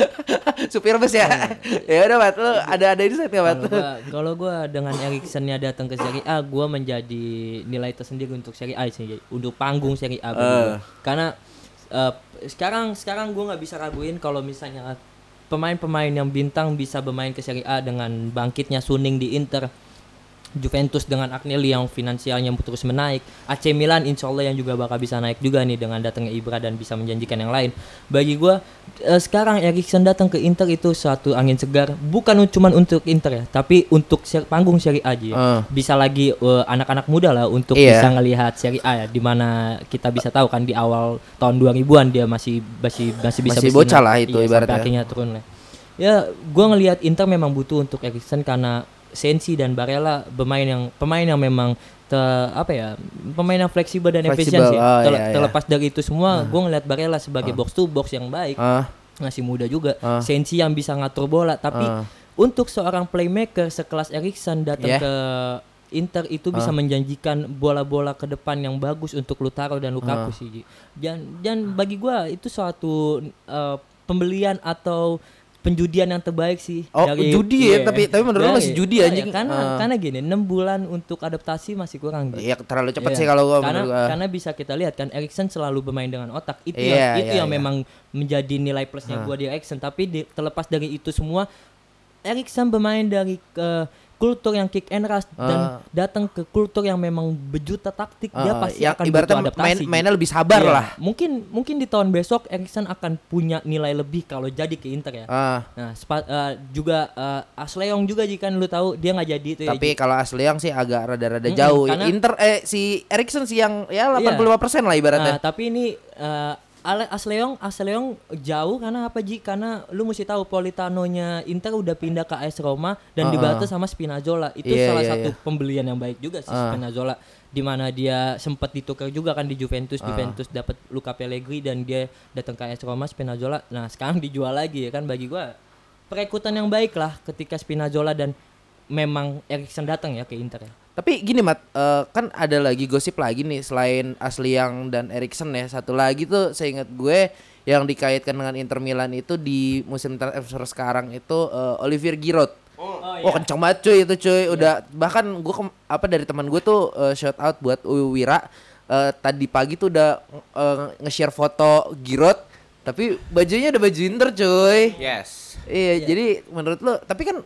Supir bus ya. Ya udah, Mat. Lu ada ada ini saya Mat. Kalau gua dengan Eriksennya datang ke Serie A, gua menjadi nilai tersendiri untuk Serie A sih, untuk panggung Serie A. Uh. Karena uh, sekarang sekarang gua nggak bisa raguin kalau misalnya pemain-pemain yang bintang bisa bermain ke Serie A dengan bangkitnya Suning di Inter, Juventus dengan Agnelli yang finansialnya terus menaik, A C Milan insya Allah yang juga bakal bisa naik juga nih dengan datangnya Ibra dan bisa menjanjikan yang lain. Bagi gue eh, sekarang Eriksen datang ke Inter itu suatu angin segar, bukan cuma untuk Inter ya, tapi untuk ser- panggung Serie A aja. Uh. Bisa lagi uh, anak-anak muda lah untuk yeah. bisa ngelihat Serie A ya, dimana kita bisa tahu kan di awal tahun dua ribuan dia masih masih masih bisa masih bocah lah itu iya, ibaratnya. Sampai akhirnya turun lah. Ya, gue ngelihat Inter memang butuh untuk Eriksen karena Sensi dan Barella pemain yang pemain yang memang te, apa ya pemain yang fleksibel dan efisien sih. Oh, Tel, iya, terlepas iya. dari itu semua, uh. gue ngeliat Barella sebagai uh. box to box yang baik, uh. masih muda juga. Uh. Sensi yang bisa ngatur bola, tapi uh. untuk seorang playmaker sekelas Eriksen datang yeah. ke Inter itu bisa uh. menjanjikan bola-bola ke depan yang bagus untuk Lautaro dan Lukaku uh. sih. Dan dan bagi gue itu suatu uh, pembelian atau penjudian yang terbaik sih. Oh, dari, judi ya, yeah. tapi tapi menurut lu masih judi nah, anjing. Ya, karena uh. karena gini, enam bulan untuk adaptasi masih kurang gitu. Iya, terlalu cepat yeah. sih kalau gua karena, menurut gua. Karena bisa kita lihat kan Eriksen selalu bermain dengan otak. Itu yeah, yang itu yeah, yang yeah. memang menjadi nilai plusnya uh. gua di Eriksen, tapi di, terlepas dari itu semua Eriksen bermain dari ke kultur yang kick and rush uh. dan datang ke kultur yang memang berjuta taktik, uh, dia pasti yang akan ibaratnya adaptasi. Main, mainnya lebih sabar yeah. lah. Mungkin mungkin di tahun besok Eriksen akan punya nilai lebih kalau jadi ke Inter ya. Uh. Nah, spa, uh, juga uh, Asleong juga jika lu tahu dia nggak jadi itu. Tapi ya, kalau Asleong sih agak rada-rada mm-hmm, jauh. Inter eh si Eriksen sih yang ya delapan puluh lima persen yeah. lah ibaratnya. Uh, tapi ini uh, Asleong, Asleong jauh karena apa Ji? Karena lu mesti tahu Politanonya Inter udah pindah ke A S Roma dan uh-uh. dibantu sama Spinazzola. Itu yeah, salah yeah, satu yeah. pembelian yang baik juga sih uh. Spinazzola, di mana dia sempat ditukar juga kan di Juventus. Uh. Juventus dapat Luca Pellegrini dan dia datang ke A S Roma Spinazzola. Nah, sekarang dijual lagi ya kan, bagi gua perekrutan yang baik lah ketika Spinazzola dan memang Eriksen datang ya ke Inter ya. Tapi gini Mat, uh, kan ada lagi gosip lagi nih selain Asliang dan Eriksen ya. Satu lagi tuh saya ingat gue yang dikaitkan dengan Inter Milan itu di musim transfer sekarang itu uh, Olivier Giroud. Oh, oh iya. Kenceng banget cuy itu cuy. Udah yeah. bahkan gue ke, apa dari teman gue tuh uh, shout out buat Wira. Uh, tadi pagi tuh udah uh, nge-share foto Giroud, tapi bajunya udah baju Inter cuy. Yes. Iya, yeah. Jadi menurut lo, tapi kan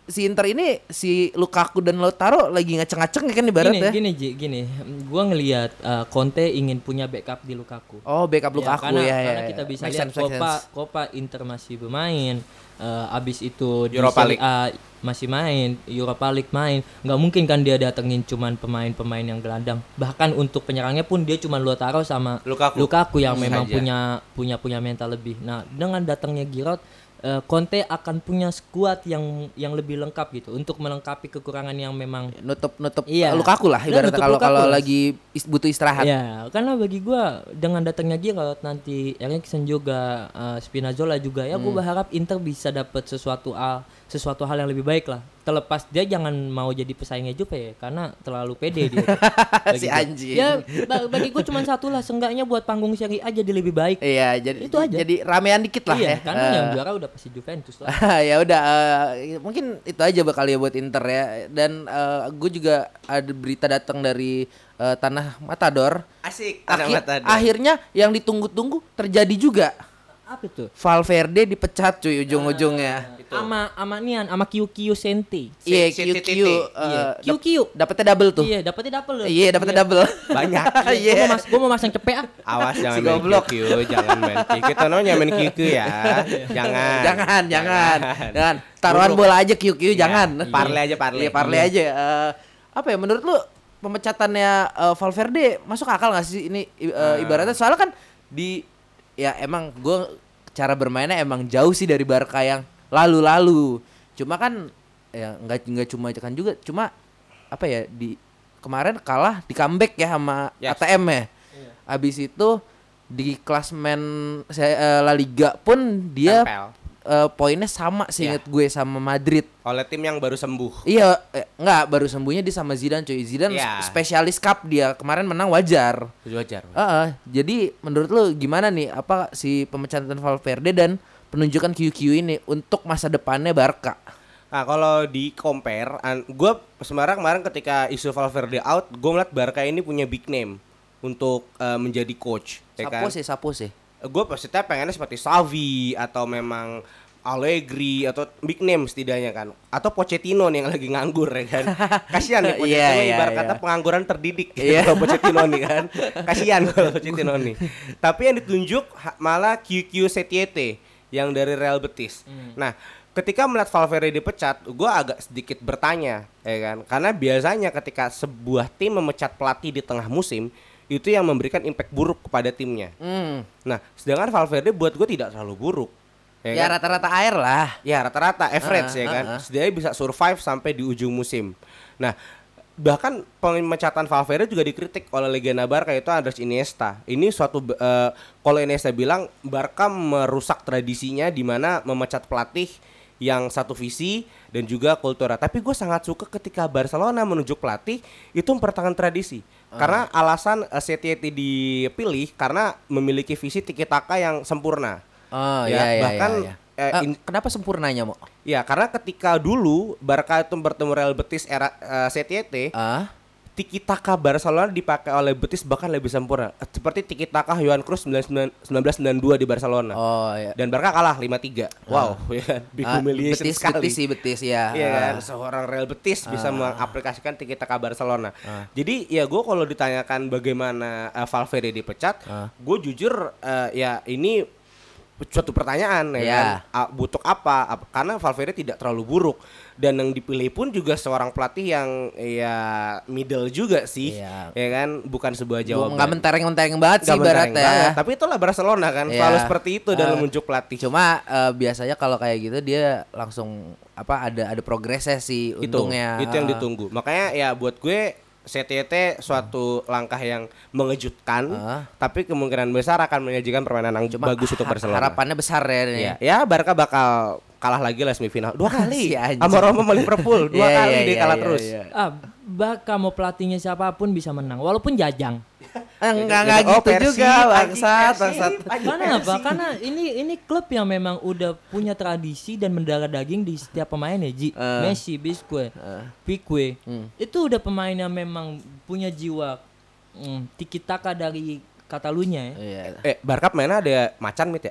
si Inter ini si Lukaku dan Lautaro lagi ngaceng-ngaceng ya kan ibaratnya. Gini, gini, Ji, gini. Gua ngelihat uh, Conte ingin punya backup di Lukaku. Oh, backup Ya, Lukaku karena, ya, ya. karena ya. kita bisa Make lihat sense, make Copa sense. Copa Inter masih bermain. Uh, abis itu di Europa Serie League. A masih main, Europa League main. Nggak mungkin kan dia datengin cuman pemain-pemain yang gelandang. Bahkan untuk penyerangnya pun dia cuma Lautaro sama Lukaku. yang memang Saja. punya punya punya mental lebih. Nah, dengan datangnya Giroud, eh, Conte akan punya skuad yang yang lebih lengkap gitu untuk melengkapi kekurangan yang memang nutup nutup Iya. Lukaku lah Iya, ibaratnya nutup kalau Lukaku kalau lah. lagi is- butuh istirahat. ya, karena bagi gua dengan datangnya Giroud nanti Eriksen juga eh, Spinazzola juga ya Hmm. gua berharap Inter bisa dapat sesuatu hal sesuatu hal yang lebih baik lah. Terlepas dia jangan mau jadi pesaingnya Juve ya karena terlalu pede dia. Si Bagi gua. anjing. Ya ba- bagi gua cuma satu lah, seenggaknya buat panggung Serie A jadi lebih baik. Iya, jadi Itu aja. jadi ramean dikit lah Iya, ya. karena Eh, yang juara udah pasti Juventus lah. ya udah eh, mungkin itu aja bakal ya buat Inter ya. Dan gue juga ada berita datang dari eh, tanah Matador. Asik. Akhi- akhirnya yang ditunggu-tunggu terjadi juga. Apa itu? Valverde dipecat cuy ujung-ujungnya. Ama ama nian, ama Q Q Sente. Iya, Si- Q si Q. Titi. eh, Q Q. Dapetnya double tuh. Iya, dapetnya double loh. Iya, dapetnya double. Banyak. Iya. Gua mau mas, gua mau masang cepet ah. Awas jangan Si main goblok. Q Q, jangan main Q Q. Kita namanya main Q Q ya. Jangan. Jangan, jangan. Jangan. Taruhan bola aja Q Q, jangan. Parle aja parle. Iya, parle aja. Eh, apa ya menurut lu pemecatannya eh, Valverde masuk akal gak sih ini i- eh, ibaratnya soalnya kan di ya emang gue cara bermainnya emang jauh sih dari Barca yang lalu-lalu. Cuma kan ya nggak nggak cuma kan juga cuma apa ya di kemarin kalah di comeback ya sama Yes. A T M ya. Abis itu di klasmen saya, eh, La Liga pun dia Tempel. eh, poinnya sama seinget gue sama Madrid. Oleh tim yang baru sembuh. Iya, eh, enggak baru sembuhnya dia sama Zidane cuy. Zidane Iya. sp- spesialis cup dia kemarin menang wajar. Wajar. Heeh, jadi menurut lu gimana nih apa si pemecatan Valverde dan penunjukan Q Q ini untuk masa depannya Barca? Nah kalau di compare, gue sebenarnya kemarin ketika isu Valverde out, gue melihat Barca ini punya big name untuk eh, menjadi coach, ya Sapo kan? sih, sapo sih. Gue maksudnya pengennya seperti Xavi atau memang Allegri atau big name setidaknya kan, atau Pochettino nih yang lagi nganggur ya kan. Kasihan ya Pochettino, Iya, iya, ibarat iya. kata pengangguran terdidik Iya. gitu Pochettino nih kan. Kasihan kalau Pochettino nih. Tapi yang ditunjuk ha- malah Q Q Setiete yang dari Real Betis. Nah, ketika melihat Valverde dipecat, gue agak sedikit bertanya, ya kan? Karena biasanya ketika sebuah tim memecat pelatih di tengah musim, itu yang memberikan impact buruk kepada timnya. Hmm. Nah, sedangkan Valverde buat gue tidak terlalu buruk. Ya, kan? rata-rata air lah. Ya rata-rata average Ah, ya kan. ah, ah. Setidaknya bisa survive sampai di ujung musim. Nah, bahkan pemecatan Valverde juga dikritik oleh legenda Barca itu Andres Iniesta. Ini suatu eh, kalau Iniesta bilang Barca merusak tradisinya di mana memecat pelatih yang satu visi dan juga kultura. Tapi gue sangat suka ketika Barcelona menunjuk pelatih itu mempertahankan tradisi. Karena alasan uh, Setiete dipilih karena memiliki visi tiki taka yang sempurna. Oh Ya, iya iya bahkan, iya. eh, Eh, in- kenapa sempurnanya mau? Ya, karena ketika dulu Barca itu bertemu Real Betis era uh, Setiete, Ah, tiki taka Barcelona dipakai oleh Betis bahkan lebih sempurna. Seperti tiki taka Johan Cruyff seribu sembilan ratus sembilan puluh dua di Barcelona. oh iya. Dan Barca kalah lima tiga. Wow, ya kan? Big Ah, humiliation betis, sekali. betis sih betis ya. Iya kan, Ah. seorang Real Betis bisa mengaplikasikan tiki taka Barcelona. Ah. Jadi ya gue kalau ditanyakan bagaimana uh, Valverde dipecat, Ah. gue jujur uh, ya ini suatu pertanyaan ya Ya. kan, A- butuh apa? Ap- Karena Valverde tidak terlalu buruk dan yang dipilih pun juga seorang pelatih yang ya middle juga sih, Iya. ya kan, bukan sebuah Gua jawaban. nggak mentereng-mentereng banget sih Nggak mentereng ibaratnya. banget. Tapi itulah Barcelona kan, Iya. selalu seperti itu dalam Ah. menunjuk pelatih. Cuma eh, biasanya kalau kayak gitu dia langsung apa ada ada progresnya sih itu untungnya. itu yang Ah. ditunggu. Makanya ya buat gue Setiete suatu langkah yang mengejutkan, Ah. tapi kemungkinan besar akan menyajikan permainan yang Cuma bagus untuk ha- Barcelona. harapannya besar ya ini. Ya, ya Barca bakal kalah lagi lah semifinal dua kali Si anjing. sama Roma sama Liverpool dua Iya, kali iya, dia iya, kalah iya, terus. iya. Ah, Barca mau pelatihnya siapapun bisa menang walaupun Jajang. Eh, Enggak enggak Oh, gitu Persib, juga anjing, bangsat Persib, bangsat. anjing, Karena apa? Persib. Karena ini ini klub yang memang udah punya tradisi dan mendarah daging di setiap pemainnya, Ji. Eh. Messi, Bisque, Eh. Pique. Hmm. Itu udah pemain yang memang punya jiwa hmm, tiki taka dari Katalunya ya. Iya. Eh Barca mainnya ada Macan mit ya?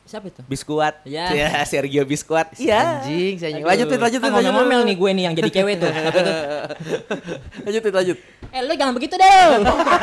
Siapa itu? Biskuat. Ya. Ya, Sergio Biskuat. Iya. Anjing, saya Aduh. lanjutin lanjutin Ah, lanjutin. ngomel nih gue nih yang jadi cewek tuh. Apa tuh? Lanjutin lanjut. Eh lu jangan begitu dong.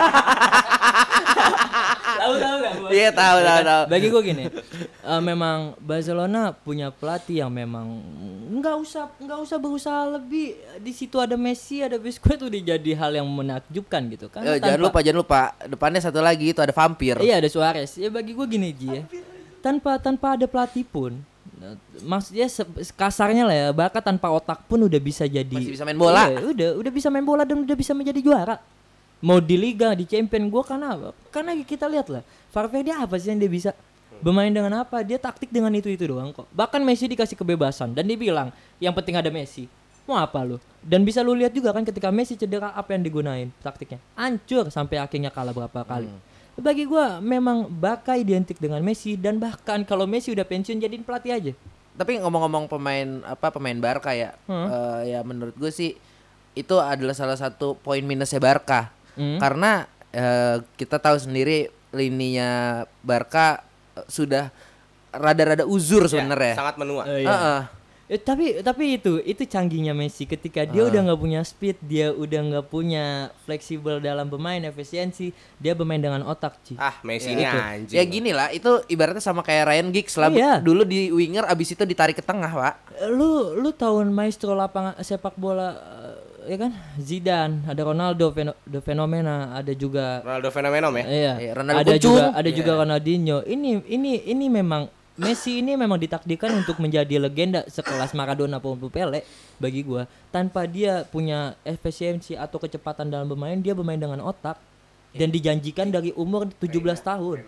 Tahu tahu enggak? Iya, tahu tahu tahu. Bagi gue gini, eh, memang Barcelona punya pelatih yang memang nggak usah nggak usah berusaha lebih. Di situ ada Messi, ada Busquets udah jadi hal yang menakjubkan gitu kan. Eh, jangan lupa jangan lupa depannya satu lagi itu ada vampir. Iya ada Suarez. Ya bagi gue gini Ji ya. Tanpa tanpa ada pelatih pun, eh, maksudnya se- kasarnya lah ya, Barca tanpa otak pun udah bisa jadi. Masih bisa main bola. Iya, udah udah bisa main bola dan udah bisa menjadi juara. Mau di liga, di champion, gue karena apa? Karena kita lihat lah, Valverde apa sih yang dia bisa bermain dengan apa? Dia taktik dengan itu itu doang kok. Bahkan Messi dikasih kebebasan dan dia bilang yang penting ada Messi. Mau apa lu? Dan bisa lu lihat juga kan ketika Messi cedera apa yang digunain taktiknya? Hancur sampai akhirnya kalah berapa kali. Hmm. Bagi gue memang Barca identik dengan Messi dan bahkan kalau Messi udah pensiun jadiin pelatih aja. Tapi ngomong-ngomong pemain apa pemain Barca ya, Hmm. eh, ya menurut gue sih itu adalah salah satu poin minusnya Barca. Hmm. Karena eh, kita tahu sendiri lininya Barca eh, sudah rada-rada uzur sebenarnya. Ya, sangat menua. Eh, iya. Heeh. Eh, tapi tapi itu itu canggihnya Messi ketika dia Ah. udah nggak punya speed, dia udah nggak punya fleksibel dalam bermain, efisiensi, dia bermain dengan otak Ci. Ah, Messi Ya, ini itu. anjing. Ya gini lah, itu ibaratnya sama kayak Ryan Giggs lah. Iya. Dulu di winger abis itu ditarik ke tengah, Pak. Eh, Lu lu tahun maestro lapangan sepak bola eh, ya kan? Zidane, ada Ronaldo Feno- The Fenomena, ada juga Ronaldo Fenomenom ya. iya, Iya, Ronaldo ada Kuncung. juga ada Iya. juga Ronaldinho. Ini ini ini memang Messi ini memang ditakdirkan untuk menjadi legenda sekelas Maradona maupun Pele bagi gua. Tanpa dia punya efisiensi atau kecepatan dalam bermain, dia bermain dengan otak dan dijanjikan dari umur tujuh belas tahun.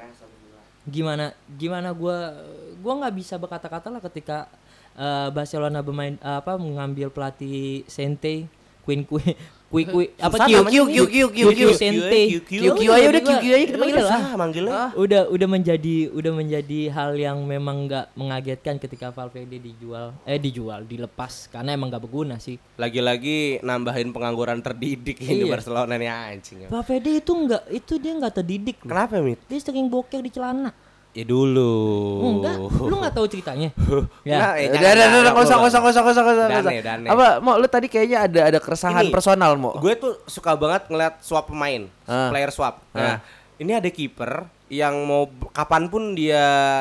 Gimana gimana gua gua nggak bisa berkata-kata lah ketika eh, Barcelona bermain eh, apa mengambil pelatih Sente, Queen Queen Kui Kui apa Susah Q namanya. Q Q, Q, Q, Q. Sente. Q, Q. Q Q aja udah Q Q aja kita panggil Udah lah. Ah, manggilnya. Udah udah menjadi udah menjadi hal yang memang nggak mengagetkan ketika Valverde dijual eh dijual dilepas karena emang nggak berguna sih. Lagi-lagi nambahin pengangguran terdidik ini Iya. Barcelona nih anjing. Valverde itu nggak itu dia nggak terdidik loh. Kenapa, Mit? Dia sering boker di celana. Ya dulu. Enggak, lu nggak tahu ceritanya. Nah, eh, Udah, jangan, udah, udah, jangan, kosong, jangan. kosong, kosong, kosong, kosong, Dane, kosong. dane. Apa, mau lu tadi kayaknya ada ada keresahan Ini, personal, mau. Gue tuh suka banget ngeliat swap pemain, Ah. player swap. Ah. Nah, ini ada kiper yang mau b- kapanpun dia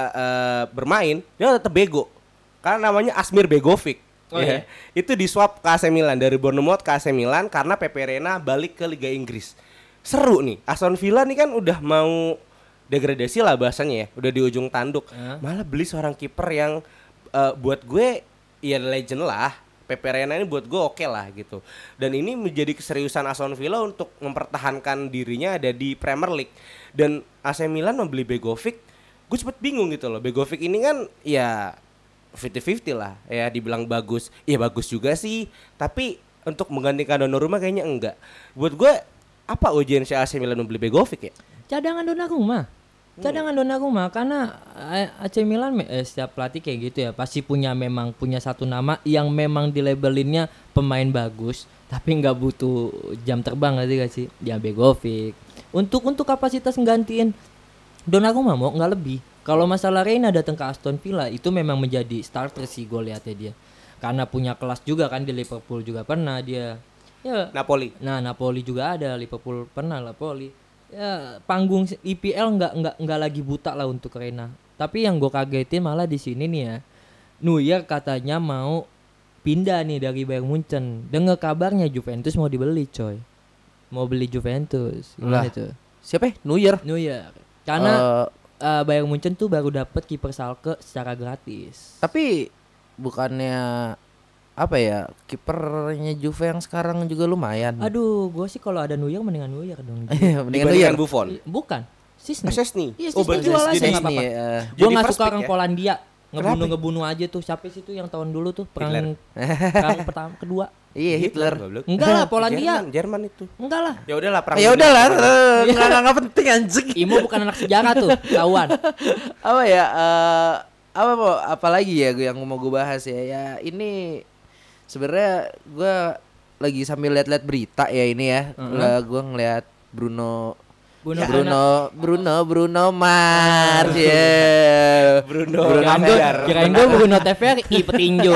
eh, bermain, dia tetap bego. Karena namanya Asmir Begovic. Oh, Ya. iya? Itu di swap ke A C Milan dari Bournemouth ke A C Milan karena Pepe Reina balik ke Liga Inggris. Seru nih. Aston Villa nih kan udah mau degradasi lah bahasanya ya, udah di ujung tanduk. Ah. Malah beli seorang kiper yang eh, buat gue ya legend lah. Pepe Reina ini buat gue oke lah gitu. Dan ini menjadi keseriusan Aston Villa untuk mempertahankan dirinya ada di Premier League. Dan A C Milan membeli Begovic, gue sempet bingung gitu loh. Begovic ini kan ya fifty fifty lah. Ya dibilang bagus, ya bagus juga sih. Tapi untuk menggantikan Donnarumma kayaknya enggak. Buat gue apa urgensi A C Milan membeli Begovic ya? Cadangan Donnarumma. Cadangan Donnarumma karena eh, A C Milan me- eh, setiap pelatih kayak gitu ya pasti punya memang punya satu nama yang memang dilabelinnya pemain bagus tapi nggak butuh jam terbang nggak sih gak sih ya Begovic untuk untuk kapasitas nggantiin Donnarumma mau nggak lebih. Kalau masalah Reina datang ke Aston Villa itu memang menjadi starter sih gue lihatnya dia karena punya kelas juga kan di Liverpool juga pernah dia ya. Napoli. Nah Napoli juga ada, Liverpool pernah Napoli. Ya panggung I P L nggak nggak nggak lagi buta lah untuk Reina. Tapi yang gue kagetin malah di sini nih ya, Neuer katanya mau pindah nih dari Bayern Munchen. Dengar kabarnya Juventus mau dibeli coy, mau beli Juventus. Gimana Lah. itu? Siapa? ya? Neuer. Neuer. Karena Eh, eh, Bayern Munchen tuh baru dapat kiper Schalke secara gratis. tapi bukannya apa ya, kipernya Juve yang sekarang juga lumayan. Aduh, gue sih kalau ada Neuer mendingan Neuer dong. Mendingan Dibandingkan Neuer. Buffon. I- Bukan, Sisne. Sesni. Iya, Oh, Sisne berarti jual aja jadi- nggak apa-apa. Nih, eh, Gue Jadi nggak first suka pick orang ya? Polandia ngebunuh Kenapa? ngebunuh aja tuh. Siapa sih itu yang tahun dulu tuh perang Hitler. perang pertama kedua. iya Hitler. Goblok. Enggak lah Polandia. Jerman, Jerman itu. Enggak lah. Ya udahlah perang. Ya dunia. udahlah, eh, nggak nggak- nggak penting anjing. Imo bukan anak sejarah tuh, kawan. Apa ya? eh, apa mau apalagi ya gue yang mau gue bahas ya? Ya ini sebenarnya gue lagi sambil lihat-lihat berita ya ini ya. Mhm. Lah gue ngeliat Bruno Bruno Ya, Bruno Bruno Bruno Mars ya. Bruno Kirain gue, Fernandes. kirain gue Bruno T V R I petinju.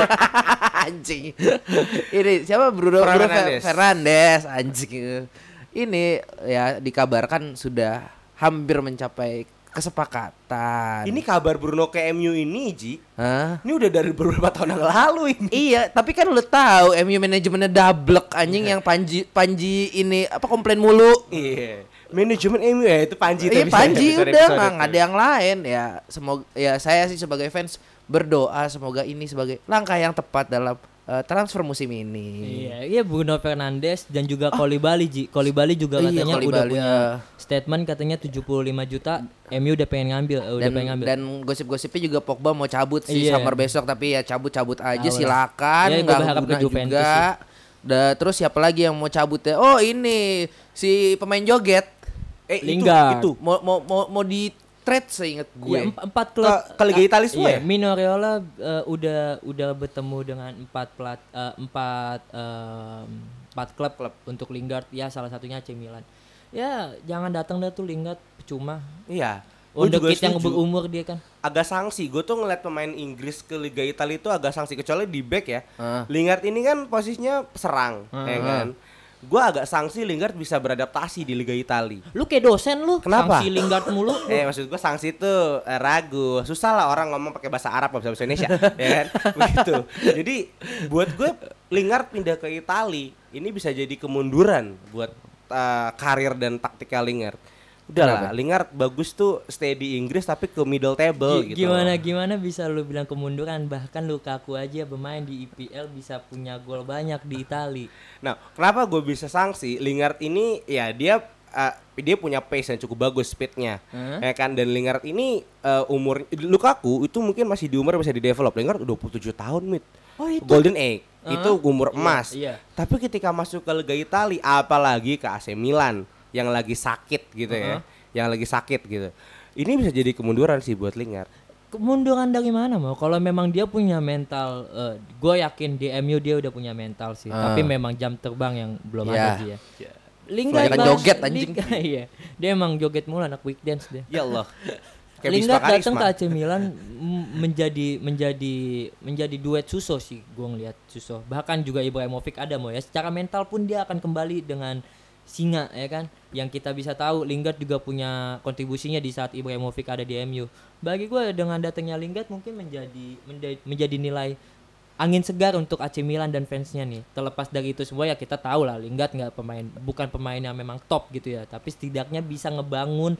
Anjing. Ini siapa Bruno Bruno Fernandes. Fernandes anjing. Ini ya dikabarkan sudah hampir mencapai kesepakatan. Ini kabar Bruno ke M U ini, Ji. Hah? Ini udah dari beberapa tahun yang lalu ini. Iya, tapi kan lu tahu M U manajemennya dablek anjing yang Panji Panji ini apa komplain mulu. Iya. Manajemen M U ya itu Panji itu Iya bisa Panji episode- udah episode nggak itu. nggak ada yang lain ya. Semoga ya saya sih sebagai fans berdoa semoga ini sebagai langkah yang tepat dalam uh, transfer musim ini. Iya, iya Bruno Fernandes dan juga Koulibaly Ji. Koulibaly juga Iya, katanya udah Koulibaly, punya ya. statement katanya tujuh puluh lima juta M U udah pengen ngambil, eh, udah Dan pengen ngambil. dan gosip-gosipnya juga Pogba mau cabut sih Iya. summer besok tapi ya cabut-cabut aja Tahu lah. silakan Ya, gua nggak berharap guna ke Juventus juga. Da, terus siapa lagi yang mau cabut ya? Oh ini si pemain joget Eh Lingard. itu itu mau mau mau, mau di trade seinget gue. Iya, emp- empat klub Ke- ke Liga Italia semua iya, ya? Mino Raiola eh, udah udah bertemu dengan empat pelat eh, empat em, empat klub klub untuk Lingard ya salah satunya A C Milan. Ya jangan datang dah tuh Lingard percuma. Iya. Gua Untuk juga yang setuju. berumur dia kan. Agak sanksi. Gue tuh ngeliat pemain Inggris ke Liga Italia itu agak sanksi kecuali di back ya. Ah. Lingard ini kan posisinya serang, ya kan. Gue agak sanksi Lingard bisa beradaptasi di Liga Italia. Lu kayak dosen lu. Kenapa? Sanksi Lingard mulu. Eh maksud gue sanksi itu eh, ragu. Susah lah orang ngomong pakai bahasa Arab nggak bisa bahasa Indonesia, ya kan? Begitu. Jadi buat gue Lingard pindah ke Italia ini bisa jadi kemunduran buat eh, karir dan taktikal Lingard. Udah lah, Lingard bagus tuh stay di Inggris tapi ke middle table Gi- gitu. Gimana gimana bisa lu bilang kemunduran, bahkan Lukaku aja bermain di I P L bisa punya gol banyak di Itali. Nah, kenapa gue bisa sanksi? Lingard ini ya dia uh, dia punya pace yang cukup bagus speednya, Hmm? ya kan. Dan Lingard ini uh, umur Lukaku itu mungkin masih di umur bisa di develop. Lingard udah dua puluh tujuh tahun, mit. Oh, itu. Golden Age Huh? itu umur emas. iya. Tapi ketika masuk ke Liga Italia, apalagi ke A C Milan yang lagi sakit gitu ya, yang lagi sakit gitu. Ini bisa jadi kemunduran sih buat Lingard. Kemunduran dari mana mau? Kalau memang dia punya mental, gue yakin di M U dia udah punya mental sih. Ah. Tapi memang jam terbang yang belum Iya. ada dia. Lingard Kebanyakan bahas- joget, anjing. Ling- iya, dia emang joget mulu anak week dance dia. Ya Allah. Kayak Lingard Bisma datang ke Karisma. A C Milan m- menjadi menjadi menjadi duet Suso sih, gue ngelihat Suso. Bahkan juga Ibrahimovic ada mau ya. Secara mental pun dia akan kembali dengan singa ya kan. Yang kita bisa tahu Lingard juga punya kontribusinya di saat Ibrahimovic ada di M U. Bagi gue dengan datangnya Lingard mungkin menjadi menjadi, menjadi nilai angin segar untuk A C Milan dan fansnya nih. Terlepas dari itu semua ya kita tahu lah Lingard nggak pemain bukan pemain yang memang top gitu ya. Tapi setidaknya bisa ngebangun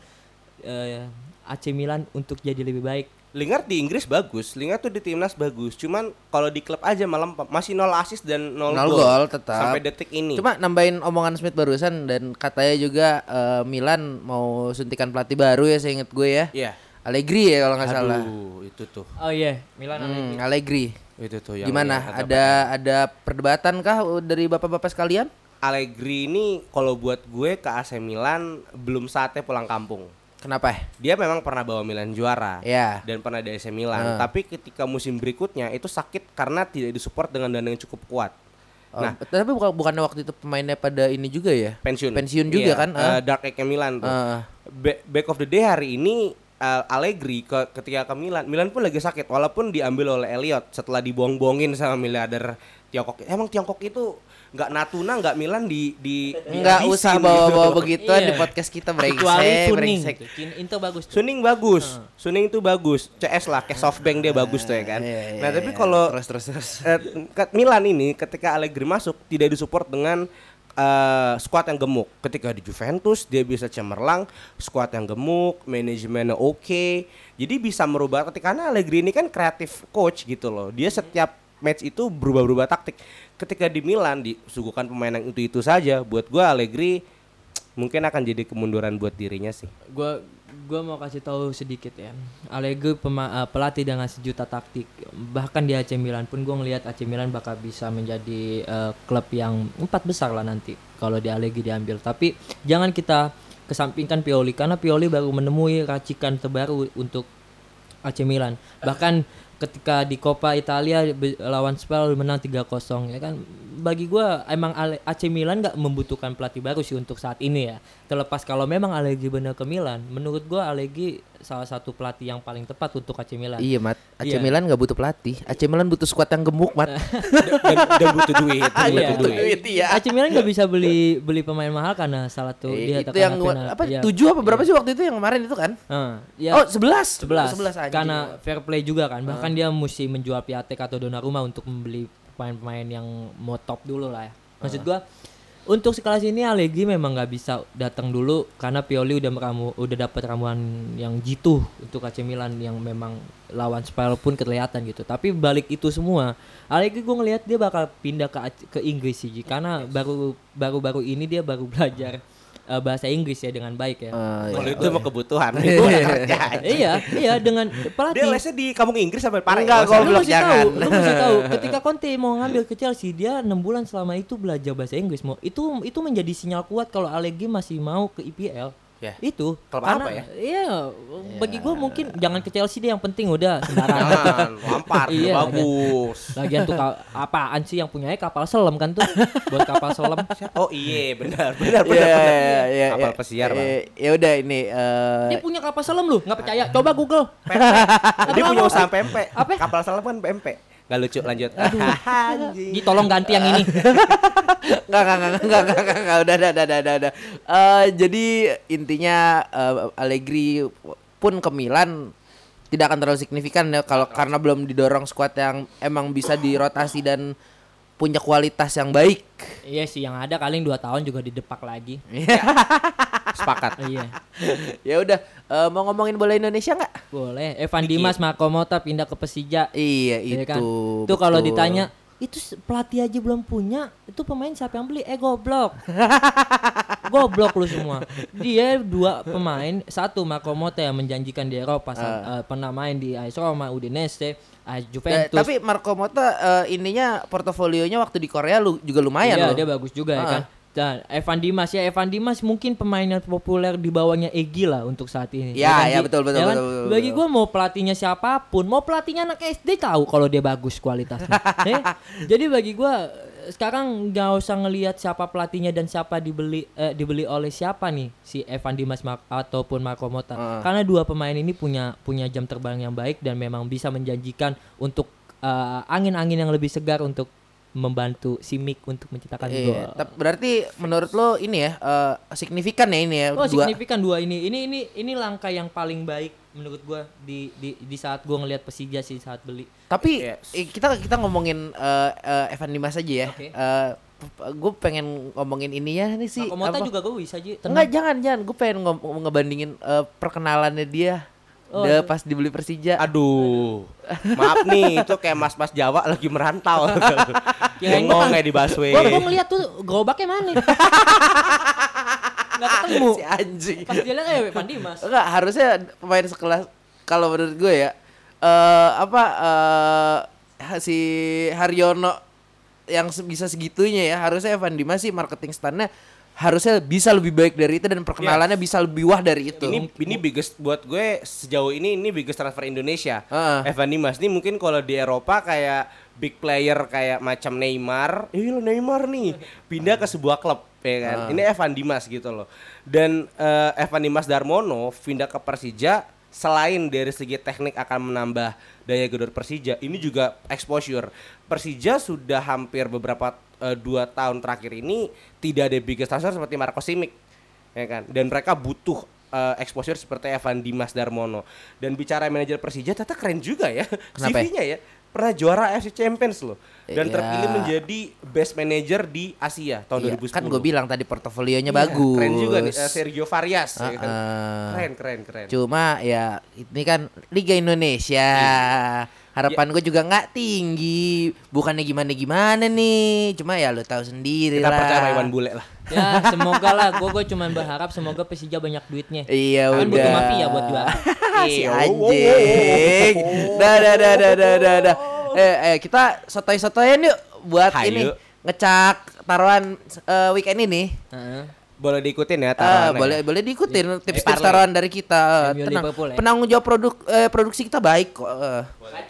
eh, A C Milan untuk jadi lebih baik. Lingard di Inggris bagus, Lingard tuh di timnas bagus. Cuman kalau di klub aja malam masih nol assist dan nol, Nol gol gol tetap. sampai detik ini. Cuma nambahin omongan Smith barusan dan katanya juga eh, Milan mau suntikan pelatih baru ya seinget gue ya. Iya. Allegri ya kalau nggak salah. Aduh, itu tuh. Oh iya, Milan Hmm, Allegri. Itu tuh yang Gimana? yang kata Ada ada perdebatan kah dari bapak-bapak sekalian? Allegri ini kalau buat gue ke A C Milan belum saatnya pulang kampung. Kenapa? Dia memang pernah bawa Milan juara Ya. dan pernah di A C Milan, Ah. tapi ketika musim berikutnya itu sakit karena tidak disupport dengan dana yang cukup kuat. Oh, Nah, tapi bukan bukannya waktu itu pemainnya pada ini juga ya? pensiun. Pensiun juga Iya, kan? eh, Ah. Dark Age Milan tuh. Ah. Ba- back of the day hari ini uh, Allegri ke, ketika ke Milan, Milan pun lagi sakit walaupun diambil oleh Elliot setelah dibuang-buangin sama miliarder Tiongkok. Emang Tiongkok itu nggak Natuna, nggak Milan di di Enggak dihabisin usah gitu. bawa-bawa begituan Iya. di podcast kita kecuali brengsek, Suning. brengsek. gitu. Cin- Inter bagus. tuh. Suning bagus, Suning itu bagus, C S lah, kayak Softbank dia bagus tuh ya kan. Iya, iya, Nah tapi iya. kalau terus terus terus. eh, ke- Milan ini ketika Allegri masuk tidak disupport dengan eh, squad yang gemuk. Ketika di Juventus dia bisa cemerlang, squad yang gemuk, manajemennya oke. Jadi bisa merubah ketika karena Allegri ini kan kreatif coach gitu loh. Dia setiap match itu berubah-berubah taktik. Ketika di Milan disuguhkan pemain yang itu-itu saja, buat gua Allegri mungkin akan jadi kemunduran buat dirinya sih. Gua gua mau kasih tahu sedikit ya. Allegri pema- uh, pelatih dengan sejuta taktik. Bahkan di A C Milan pun gua ngelihat A C Milan bakal bisa menjadi uh, klub yang empat besar lah nanti kalau di Allegri diambil. Tapi jangan kita kesampingkan Pioli karena Pioli baru menemui racikan terbaru untuk A C Milan. Bahkan ketika di Coppa Italia be- lawan Spal menang tiga kosong ya kan. Bagi gua emang Ale- A C Milan nggak membutuhkan pelatih baru sih untuk saat ini ya. Terlepas kalau memang Allegri benar ke Milan, menurut gua Allegri salah satu pelatih yang paling tepat untuk A C Milan. Iya, Mat. A C Iya. Milan nggak butuh pelatih. A C Milan butuh skuad yang gemuk, Mat. dan, dan butuh duit, dan Iya. butuh duit. iya. A C Milan nggak bisa beli beli pemain mahal karena salah tuh dia itu terkena yang final- apa iya. tujuh apa berapa sih waktu itu yang kemarin itu kan? Ah, ya. Oh, sebelas. sebelas sebelas anjing. karena fair play juga kan. Bahkan dia mesti menjual Piatek atau Donnarumma untuk membeli pemain-pemain yang mau top dulu lah ya. Maksud gua untuk sekelas ini Allegri memang nggak bisa datang dulu karena Pioli udah meramu udah dapat ramuan yang jitu untuk A C Milan yang memang lawan Spal pun kelihatan gitu. Tapi balik itu semua, Allegri gua ngelihat dia bakal pindah ke A- ke Inggris sih Ji. Karena baru baru-baru ini dia baru belajar eh, bahasa Inggris ya dengan baik ya. Eh, Kalau iya. itu mah kebutuhan. Gua nggak kerja. iya, iya dengan Dia pelatih. lesnya di kampung Inggris sampai parah. Enggak, ya, goblok. Lu mesti jangan. tahu, lu mesti tahu. Ketika Conte mau ngambil ke Chelsea, dia enam bulan selama itu belajar bahasa Inggris. Mau itu itu menjadi sinyal kuat kalau Allegri masih mau ke I P L. Ya. Itu Klub karena apa ya? Iya, bagi gua mungkin jangan ke Chelsea deh, yang penting udah sembarangan. Jangan, Lampard Iya, bagus. Lagian tuh ka- apaan sih yang punyanya kapal selam kan tuh? Buat kapal selam. Oh iya, benar, benar, Iya, benar, benar. iya, iya, Kapal iya. pesiar, Bang. Eh, Ya udah ini eh, Dia punya kapal selam lu, nggak percaya? Coba Google. Dia punya usaha pempek. Apa? Kapal selam kan pempek. Gak lucu, lanjut. Anjing. Di tolong ganti yang ini. Enggak, enggak, enggak, enggak, enggak, enggak, enggak, udah, udah, udah, udah, udah. Eh, jadi intinya eh, Allegri pun ke Milan tidak akan terlalu signifikan ya kalau karena belum didorong skuad yang emang bisa dirotasi dan punya kualitas yang baik. Iya sih, yang ada paling dua tahun juga didepak lagi. Sepakat. Iya. Ya udah, eh, mau ngomongin bola Indonesia nggak? Boleh. Evan Dimas Marco Motta pindah ke Persija. Iya Iya itu. kan? Itu kalau betul. ditanya, itu s- pelatih aja belum punya, itu pemain siapa yang beli? Eh goblok. Goblok lu semua. Dia dua pemain, satu Marco Motta yang menjanjikan di Eropa, sa- eh, pernah main di A S Roma, Udinese, A S Eh, Juventus. tapi Marco Motta eh, ininya portofolionya waktu di Korea lu juga lumayan iya, loh. dia bagus juga ya Ah. kan. Dan Evan Dimas ya, Evan Dimas mungkin pemain yang populer di bawahnya Egy lah untuk saat ini. Ya, kan, ya, Ji? betul, betul, kan? betul, betul, Bagi betul. gue mau pelatihnya siapapun, mau pelatihnya anak S D tahu kalau dia bagus kualitasnya. Eh, Jadi bagi gue sekarang nggak usah ngelihat siapa pelatihnya dan siapa dibeli eh, dibeli oleh siapa nih si Evan Dimas Mar- ataupun Marco Motta. Ah. Karena dua pemain ini punya punya jam terbang yang baik dan memang bisa menjanjikan untuk eh, angin-angin yang lebih segar untuk membantu si Mik untuk menciptakan Iya, gol. tap- berarti menurut lo ini ya eh, signifikan ya ini ya Oh, dua. signifikan dua ini. Ini ini ini langkah yang paling baik menurut gua di di di saat gua ngelihat Persija sih saat beli. Tapi Yes. eh, kita kita ngomongin eh, eh, Evan Dimas aja ya. Oke. Gue pengen ngomongin ini ya nih sih. Marco Motta apa- juga gua bisa aja. Enggak, jangan jangan. Gue pengen ngom- ngebandingin eh, perkenalannya dia. Oh, dia iya. pas dibeli Persija. Aduh, maaf nih, itu kayak mas-mas Jawa lagi merantau. Kirain Bengong gua- kayak di busway. Gua gua ngeliat tuh gerobaknya mana. Enggak ketemu. Si anjing. Pas dia lihat eh Evan Dimas. Enggak, harusnya pemain sekelas kalau menurut gue ya eh apa eh si Haryono yang se- bisa segitunya ya, harusnya Evan Dimas sih marketing stand-nya harusnya bisa lebih baik dari itu dan perkenalannya bisa lebih wah dari itu. Ini ini biggest buat gue sejauh ini ini biggest transfer Indonesia. Heeh. Evan Dimas ini mungkin kalau di Eropa kayak big player kayak macam Neymar, eh lo Neymar nih pindah ke sebuah klub ya kan. Ini Evan Dimas gitu loh. Dan eh, Evan Dimas Darmono pindah ke Persija selain dari segi teknik akan menambah daya gedor Persija, ini juga exposure. Persija sudah hampir beberapa eh, dua tahun terakhir ini tidak ada biggest transfer seperti Marco Simic, ya kan? Dan mereka butuh eh, exposure seperti Evan Dimas Darmono. Dan bicara manajer Persija, ternyata keren juga ya. Kenapa C V-nya ya pernah juara A F C Champions loh. Dan Iya. terpilih menjadi best manager di Asia tahun Iya, dua ribu sepuluh. kan gue bilang tadi portofolionya Iya, bagus. keren juga nih eh, Sergio Varias ya kan? Uh-uh. Keren keren keren. Cuma ya ini kan Liga Indonesia. Harapan gue juga nggak tinggi. Bukannya gimana-gimana nih. Cuma ya lo tahu sendiri Kita lah. percaya sama Iwan Bule lah. Ya, semoga lah gua gua cuman berharap semoga Persija banyak duitnya. Iya Kan udah. butuh mafia buat juara. Si Iya, anjing. Dah dah dah dah dah dah dah. Eh, eh kita sotoy-sotoyan yuk buat Hayu. ini ngecak taruhan eh, weekend ini. Heeh. Boleh diikutin ya Ah, taruhannya. boleh boleh diikutin tips-tips parlay. taruhan dari kita. M U Tenang. Liverpool ya? Penanggung jawab produk eh, produksi kita baik kok. eh.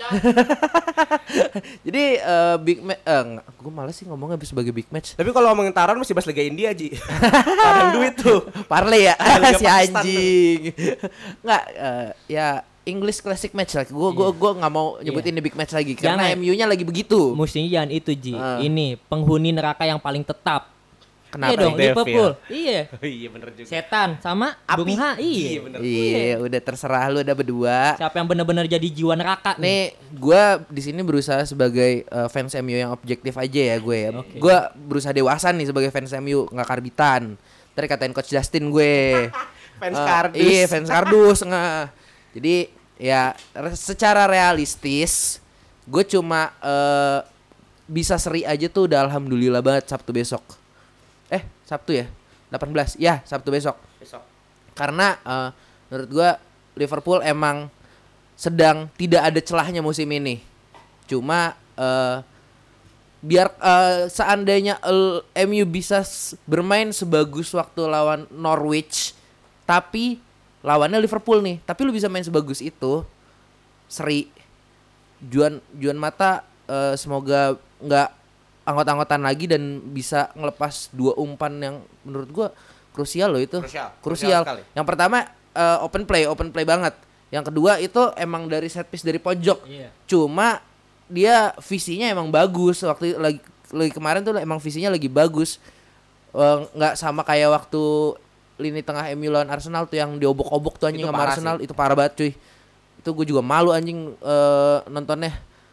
Jadi eh, big match eh, gue malas sih ngomongnya sebagai big match. Tapi kalau ngomongin taruhan mesti bahas Liga India, Ji. Kadang duit tuh. Parlay ya Liga si Pakistan anjing. Enggak eh, ya English classic match lah. Gue gue gue nggak mau nyebutin ini big match lagi karena Jangan. M U-nya lagi begitu. Mestinya jangan itu Ji. Ah. Ini penghuni neraka yang paling tetap. Kenapa? Iya dong, Devil. Liverpool. Iya. Oh, iya bener juga. Setan sama Api. Bung Ha. Iya. Iya bener. Iya, udah terserah lu ada berdua. Siapa yang benar-benar jadi jiwa neraka nih? Nih, gue di sini berusaha sebagai uh, fans M U yang objektif aja ya gue ya. Oke. Gue berusaha dewasa nih sebagai fans M U, nggak karbitan. Tadi katain Coach Justin gue. Fans Eh, kardus. Iya, fans kardus nggak. Jadi ya re- secara realistis, gue cuma uh, bisa seri aja tuh udah alhamdulillah banget Sabtu besok. Eh, Sabtu ya? delapan belas. Ya, Sabtu besok. Besok. Karena uh, menurut gua Liverpool emang sedang tidak ada celahnya musim ini. Cuma uh, biar uh, seandainya uh, M U bisa s- bermain sebagus waktu lawan Norwich, tapi lawannya Liverpool nih, tapi lu bisa main sebagus itu, seri. Juan Juan Mata uh, semoga nggak anggot-anggotan lagi dan bisa ngelepas dua umpan yang menurut gua krusial loh itu. Krusial, krusial Krusial. sekali. Yang pertama uh, open play, open play banget. Yang kedua itu emang dari set piece dari pojok. Iya. Cuma dia visinya emang bagus waktu lagi lagi kemarin tuh emang visinya lagi bagus. Eh, nggak sama kayak waktu lini tengah M U lawan Arsenal tuh yang diobok-obok tuh anjing Itu sama parah Arsenal, sih. itu parah banget cuy. Itu gue juga malu anjing eh, nontonnya.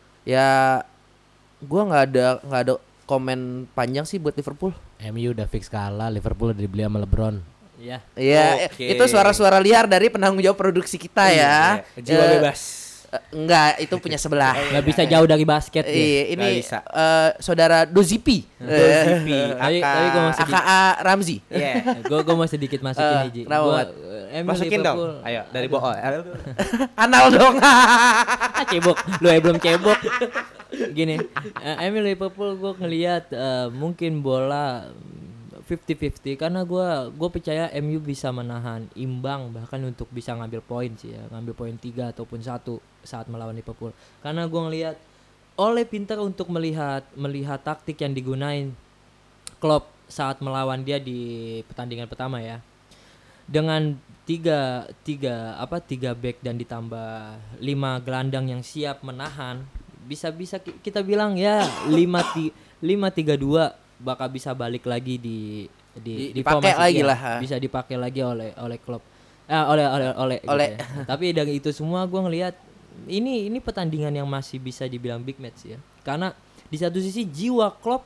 Ya gua nggak ada nggak ada komen panjang sih buat Liverpool. M U udah fix kalah, Liverpool udah dibeli sama LeBron. Iya. Iya, Oke. itu suara-suara liar dari penanggung jawab produksi kita ya. Iya, jiwa Eh, bebas. eh, enggak, itu punya sebelah. Nggak bisa jauh dari basket dia. Iya, ini Nggak bisa. eh, saudara Dozipi. Dozipi, Tapi- Aka- tapi gua masih A K A Ramzi. Iya. Gue gue mau sedikit masukin Eh, nih Ji. kenapa, Gua, Mat? eh, M U Masukin dong. Liverpool. Ayo dari Bo. Anal dong. Ah, cebok, lu ya belum cebok. Gini, eh, M U Liverpool gue ngelihat eh, mungkin bola fifty fifty karena gue gue percaya M U bisa menahan imbang bahkan untuk bisa ngambil poin sih ya, ngambil poin tiga ataupun satu saat melawan Liverpool. Karena gue ngelihat Ole pintar untuk melihat melihat taktik yang digunain Klopp saat melawan dia di pertandingan pertama ya. Dengan tiga tiga apa tiga back dan ditambah lima gelandang yang siap menahan, bisa-bisa ki- kita bilang ya lima ti, lima tiga dua bakal bisa balik lagi di di, Di- dipakai formasi, lagi iya, lah, ha. bisa dipakai lagi oleh oleh Klopp. Ah, oleh oleh oleh gitu Oleh. ya. Tapi dari itu semua gue ngelihat ini ini pertandingan yang masih bisa dibilang big match ya. Karena di satu sisi jiwa Klopp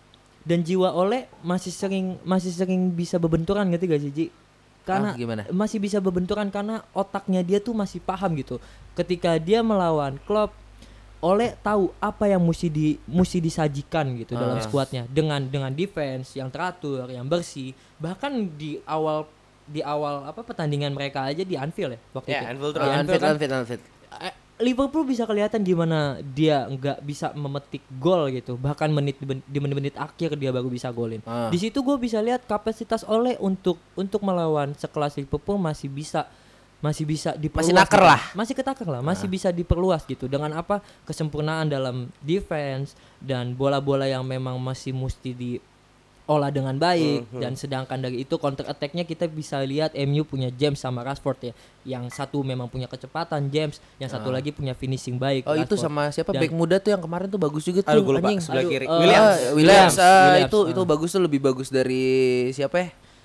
dan jiwa Ole masih sering masih sering bisa berbenturan ngerti gak sih Ji? Karena Ah, gimana? masih bisa berbenturan karena otaknya dia tuh masih paham gitu. Ketika dia melawan Klopp, Ole tahu apa yang mesti di mesti disajikan gitu dalam Ah. skuadnya dengan dengan defense yang teratur, yang bersih. Bahkan di awal di awal apa pertandingan mereka aja di Anfield ya waktu Ya, itu. Anfield Di terus. Anfield Anfield, kan, Anfield, Anfield. eh, Liverpool bisa kelihatan gimana dia nggak bisa memetik gol gitu, bahkan menit di menit-menit akhir dia baru bisa golin. Ah. Di situ gue bisa lihat kapasitas Ole untuk untuk melawan sekelas Liverpool masih bisa masih bisa diperluas. Masih naker gitu. lah. Masih ketaker lah, masih bisa diperluas gitu dengan apa kesempurnaan dalam defense dan bola-bola yang memang masih mesti diolah dengan baik. Dan sedangkan dari itu counter attack-nya kita bisa lihat M U punya James sama Rashford ya, yang satu memang punya kecepatan James, yang satu lagi punya finishing baik. Oh itu Rashford. sama siapa Dan- back muda tuh yang kemarin tuh bagus juga tuh Aduh, gua lupa. anjing. Sebelah Aduh, kiri. eh, Williams. Ah, Williams, Williams, ah, Williams, itu ah. itu bagus tuh, lebih bagus dari siapa ya?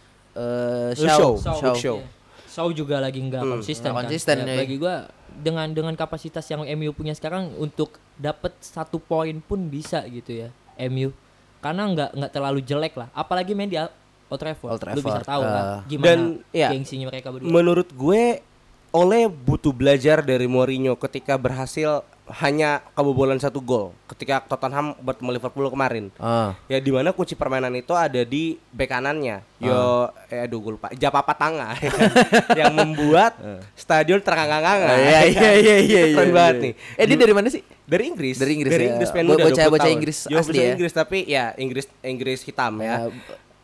Eh Shaw. Shaw. Shaw. Shaw. Iya. Shaw juga lagi nggak Hmm, konsisten, nggak kan. konsisten, Ya, ya. bagi gua dengan dengan kapasitas yang M U punya sekarang untuk dapat satu poin pun bisa gitu ya M U, karena nggak nggak terlalu jelek lah, apalagi main di Old Trafford. Old Lu bisa Trafford, tahu lah uh, gimana dan, ya, gengsinya mereka berdua. Menurut gue Ole butuh belajar dari Mourinho ketika berhasil hanya kebobolan satu gol ketika Tottenham bertemu Liverpool kemarin. Ah. Ya di mana kunci permainan itu ada di bek kanannya. Yo, eh aduh gue lupa. Japapa Tanga yang membuat stadion terangang-angang. Ah, iya iya iya iya. Keren iya, banget iya. nih. Eh dia dari mana sih? Dari Inggris. Dari Inggris Dari ya. Inggris pengen Bo- muda bocah- dua puluh bocah tahun. Inggris Yo, asli bocah ya? Inggris tapi ya Inggris Inggris hitam ya. Ya,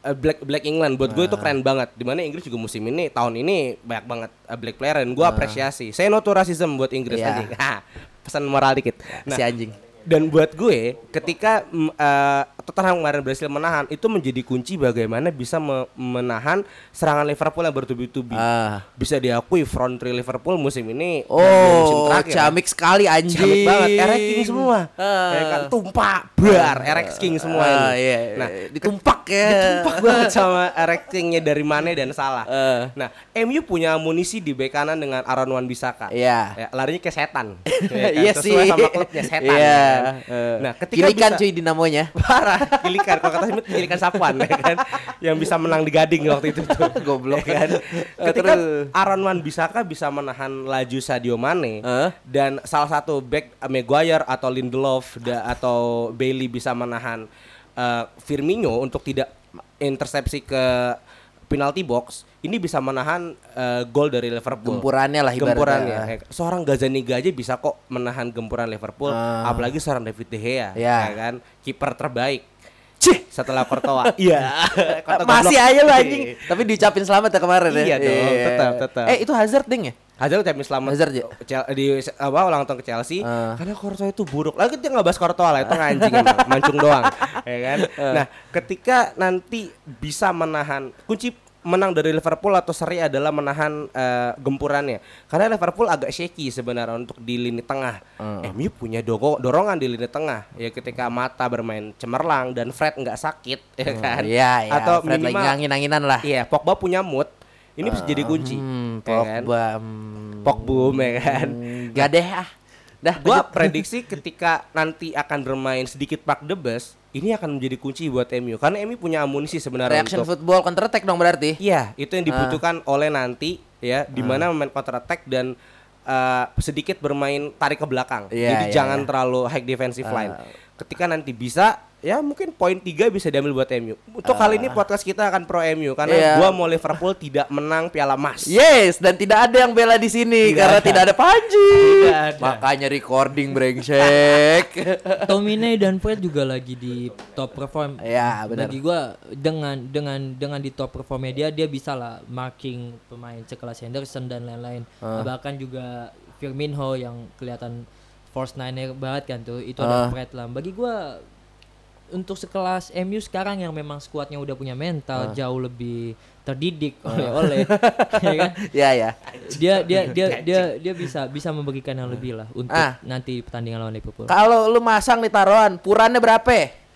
uh, Black Black England buat gue itu keren banget. Dimana Inggris juga musim ini tahun ini banyak banget uh, Black player dan gue apresiasi. Say no to racism buat Inggris Iya. tadi. Pesan moral dikit. Nah, Si anjing. dan buat gue ketika mm, uh, Tottenham kemarin berhasil menahan itu menjadi kunci bagaimana bisa me- menahan serangan Liverpool yang bertubi-tubi. Ah. Bisa diakui front three Liverpool musim ini Oh, musim terakhir, ciamik sekali anjing. ciamik banget, Erek King semua. Ah. Ya kan tumpah bar Erek King semua ini. Ah, iya, iya. Nah, ditumpak ya. ditumpak banget sama Erek King-nya dari Mane dan Salah. Eh. Nah, M U punya amunisi di bek kanan dengan Aaron Wan-Bissaka. Iya. Ya, larinya kayak setan. Ya kan? Iya Sesuai sih. sama klubnya setan. Iya. ya kan? Eh. Nah, ketika Kilikan bisa- cuy dinamonya. parah kilikan kalau kata Smith kilikan sapuan ya kan yang bisa menang di Gading waktu itu tuh Goblok. ya kan Eh, ketika terus. Aaron Wan-Bissaka bisa menahan laju Sadio Mane Eh? dan salah satu back uh, Maguire atau Lindelof da, atau Bailey bisa menahan uh, Firmino untuk tidak intersepsi ke penalty box ini bisa menahan uh, gol dari Liverpool. Gempurannya lah ibaratnya. Gempurannya. Seorang Gazzaniga aja bisa kok menahan gempuran Liverpool, Ah. apalagi seorang David De Gea, Ya. ya kan? Kiper terbaik. Cih, setelah Courtois. Iya. Courtois Masih goblok. aja lu anjing. Tapi diucapin selamat ya kemarin ya. Iya dong, tetap, tetap. Eh itu Hazard ding ya? Hazard ucapin selamat Hazard ya? Chel- di apa ulang tahun ke Chelsea Ah. karena Courtois itu buruk. Lagi dia nggak bahas Courtois lah, itu anjing emang, mancung doang, ya kan? Nah, ketika nanti bisa menahan kunci menang dari Liverpool atau seri adalah menahan uh, gempurannya. Karena Liverpool agak shaky sebenarnya untuk di lini tengah. M U punya dogo- dorongan di lini tengah. Ya ketika Mata bermain cemerlang dan Fred nggak sakit, ya kan? Iya, iya. Atau Fred lagi minimal angin-anginan lah. iya, Pogba punya mood. Ini bisa jadi kunci. Hmm, ya kan? Pogba. hmm, Pogba, ya kan? Gak deh ah. Dah, Gua lanjut. prediksi ketika nanti akan bermain sedikit park the bus, ini akan menjadi kunci buat M U karena M U punya amunisi sebenarnya Reaction untuk football counter attack dong berarti. iya, itu yang dibutuhkan oleh nanti ya di mana memain counter attack dan uh, sedikit bermain tarik ke belakang. Iya, Jadi iya, jangan iya. terlalu high defensive line. Ketika nanti bisa ya mungkin poin tiga bisa diambil buat M U. Untuk kali ini podcast kita akan pro M U karena Iya. gua mau Liverpool tidak menang Piala Mas. Yes, dan tidak ada yang bela di sini Tidak karena ada. tidak ada Panji. Tidak ada. Makanya recording brengsek. Tomine dan Fred juga lagi di top perform. Ya, benar. Bagi gua dengan dengan dengan di top performnya dia dia bisa lah marking pemain sekelas Henderson dan lain-lain. Bahkan juga Firmino yang kelihatan force niner banget kan tuh. Itu Ah. ada Fred lah. Bagi gua untuk sekelas M U sekarang yang memang skuadnya udah punya mental jauh lebih terdidik oleh oleh ya kan? Ya ya. Dia dia dia dia dia bisa bisa memberikan yang lebih lah untuk Ah. nanti pertandingan lawan Liverpool. Kalau lu masang nih taruhan, purannya berapa?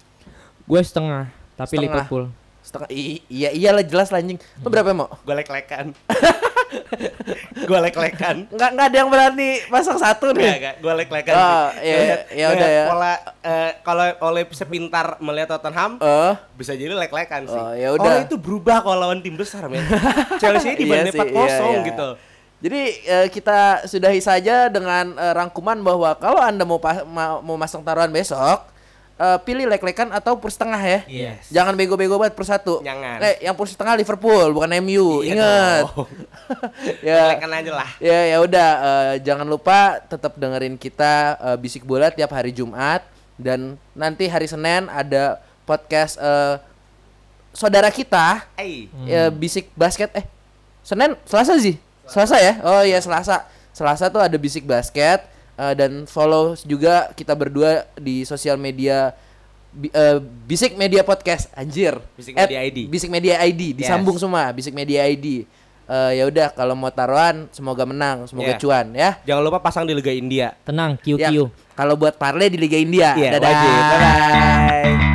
Gue setengah, tapi Setengah. Liverpool. Setengah. I- iya iyalah jelas lah anjing. Lu berapa mau? Gua lek-lekan. Gua lek-lekan. Enggak enggak ada yang berani pasang satu Enggak, nih. enggak, gue lek-lekan Oh, sih. iya, Ngeliat- ya udah ngeliat ya. Pola eh, kalau oleh sepintar melihat Tottenham Eh, bisa jadi lek-lekan sih. Oh, ya udah. Oleh itu berubah kalau lawan tim besar, men. Chelsea di Iya banding sih, empat kosong iya, iya. gitu. Jadi eh, kita sudahi saja dengan eh, rangkuman bahwa kalau Anda mau pa- ma- mau masang taruhan besok, eh, pilih lek-lekan atau per setengah ya. Yes. Jangan bego-bego banget per satu. Jangan. Eh, yang per setengah Liverpool bukan M U. Iya Ingat. dong. ya. Lek-lekan aja lah. Ya ya udah eh, jangan lupa tetap dengerin kita eh, Bisik Bola tiap hari Jumat dan nanti hari Senin ada podcast eh, saudara kita Eh, ya, Bisik Basket eh Senin Selasa sih. Selasa ya? Oh iya Selasa. Selasa tuh ada Bisik Basket eh, dan follow juga kita berdua di sosial media Bi- eh, Bisik Media Podcast anjir. Bisik At Media I D. Bisik Media I D disambung Yes. semua Bisik Media I D. Eh, ya udah kalau mau taruhan semoga menang, semoga Yeah. cuan ya. jangan lupa pasang di Liga India. Tenang, Q Ya, Q. kalau buat parlay di Liga India. Iya, Dadah. wajib. Bye-bye.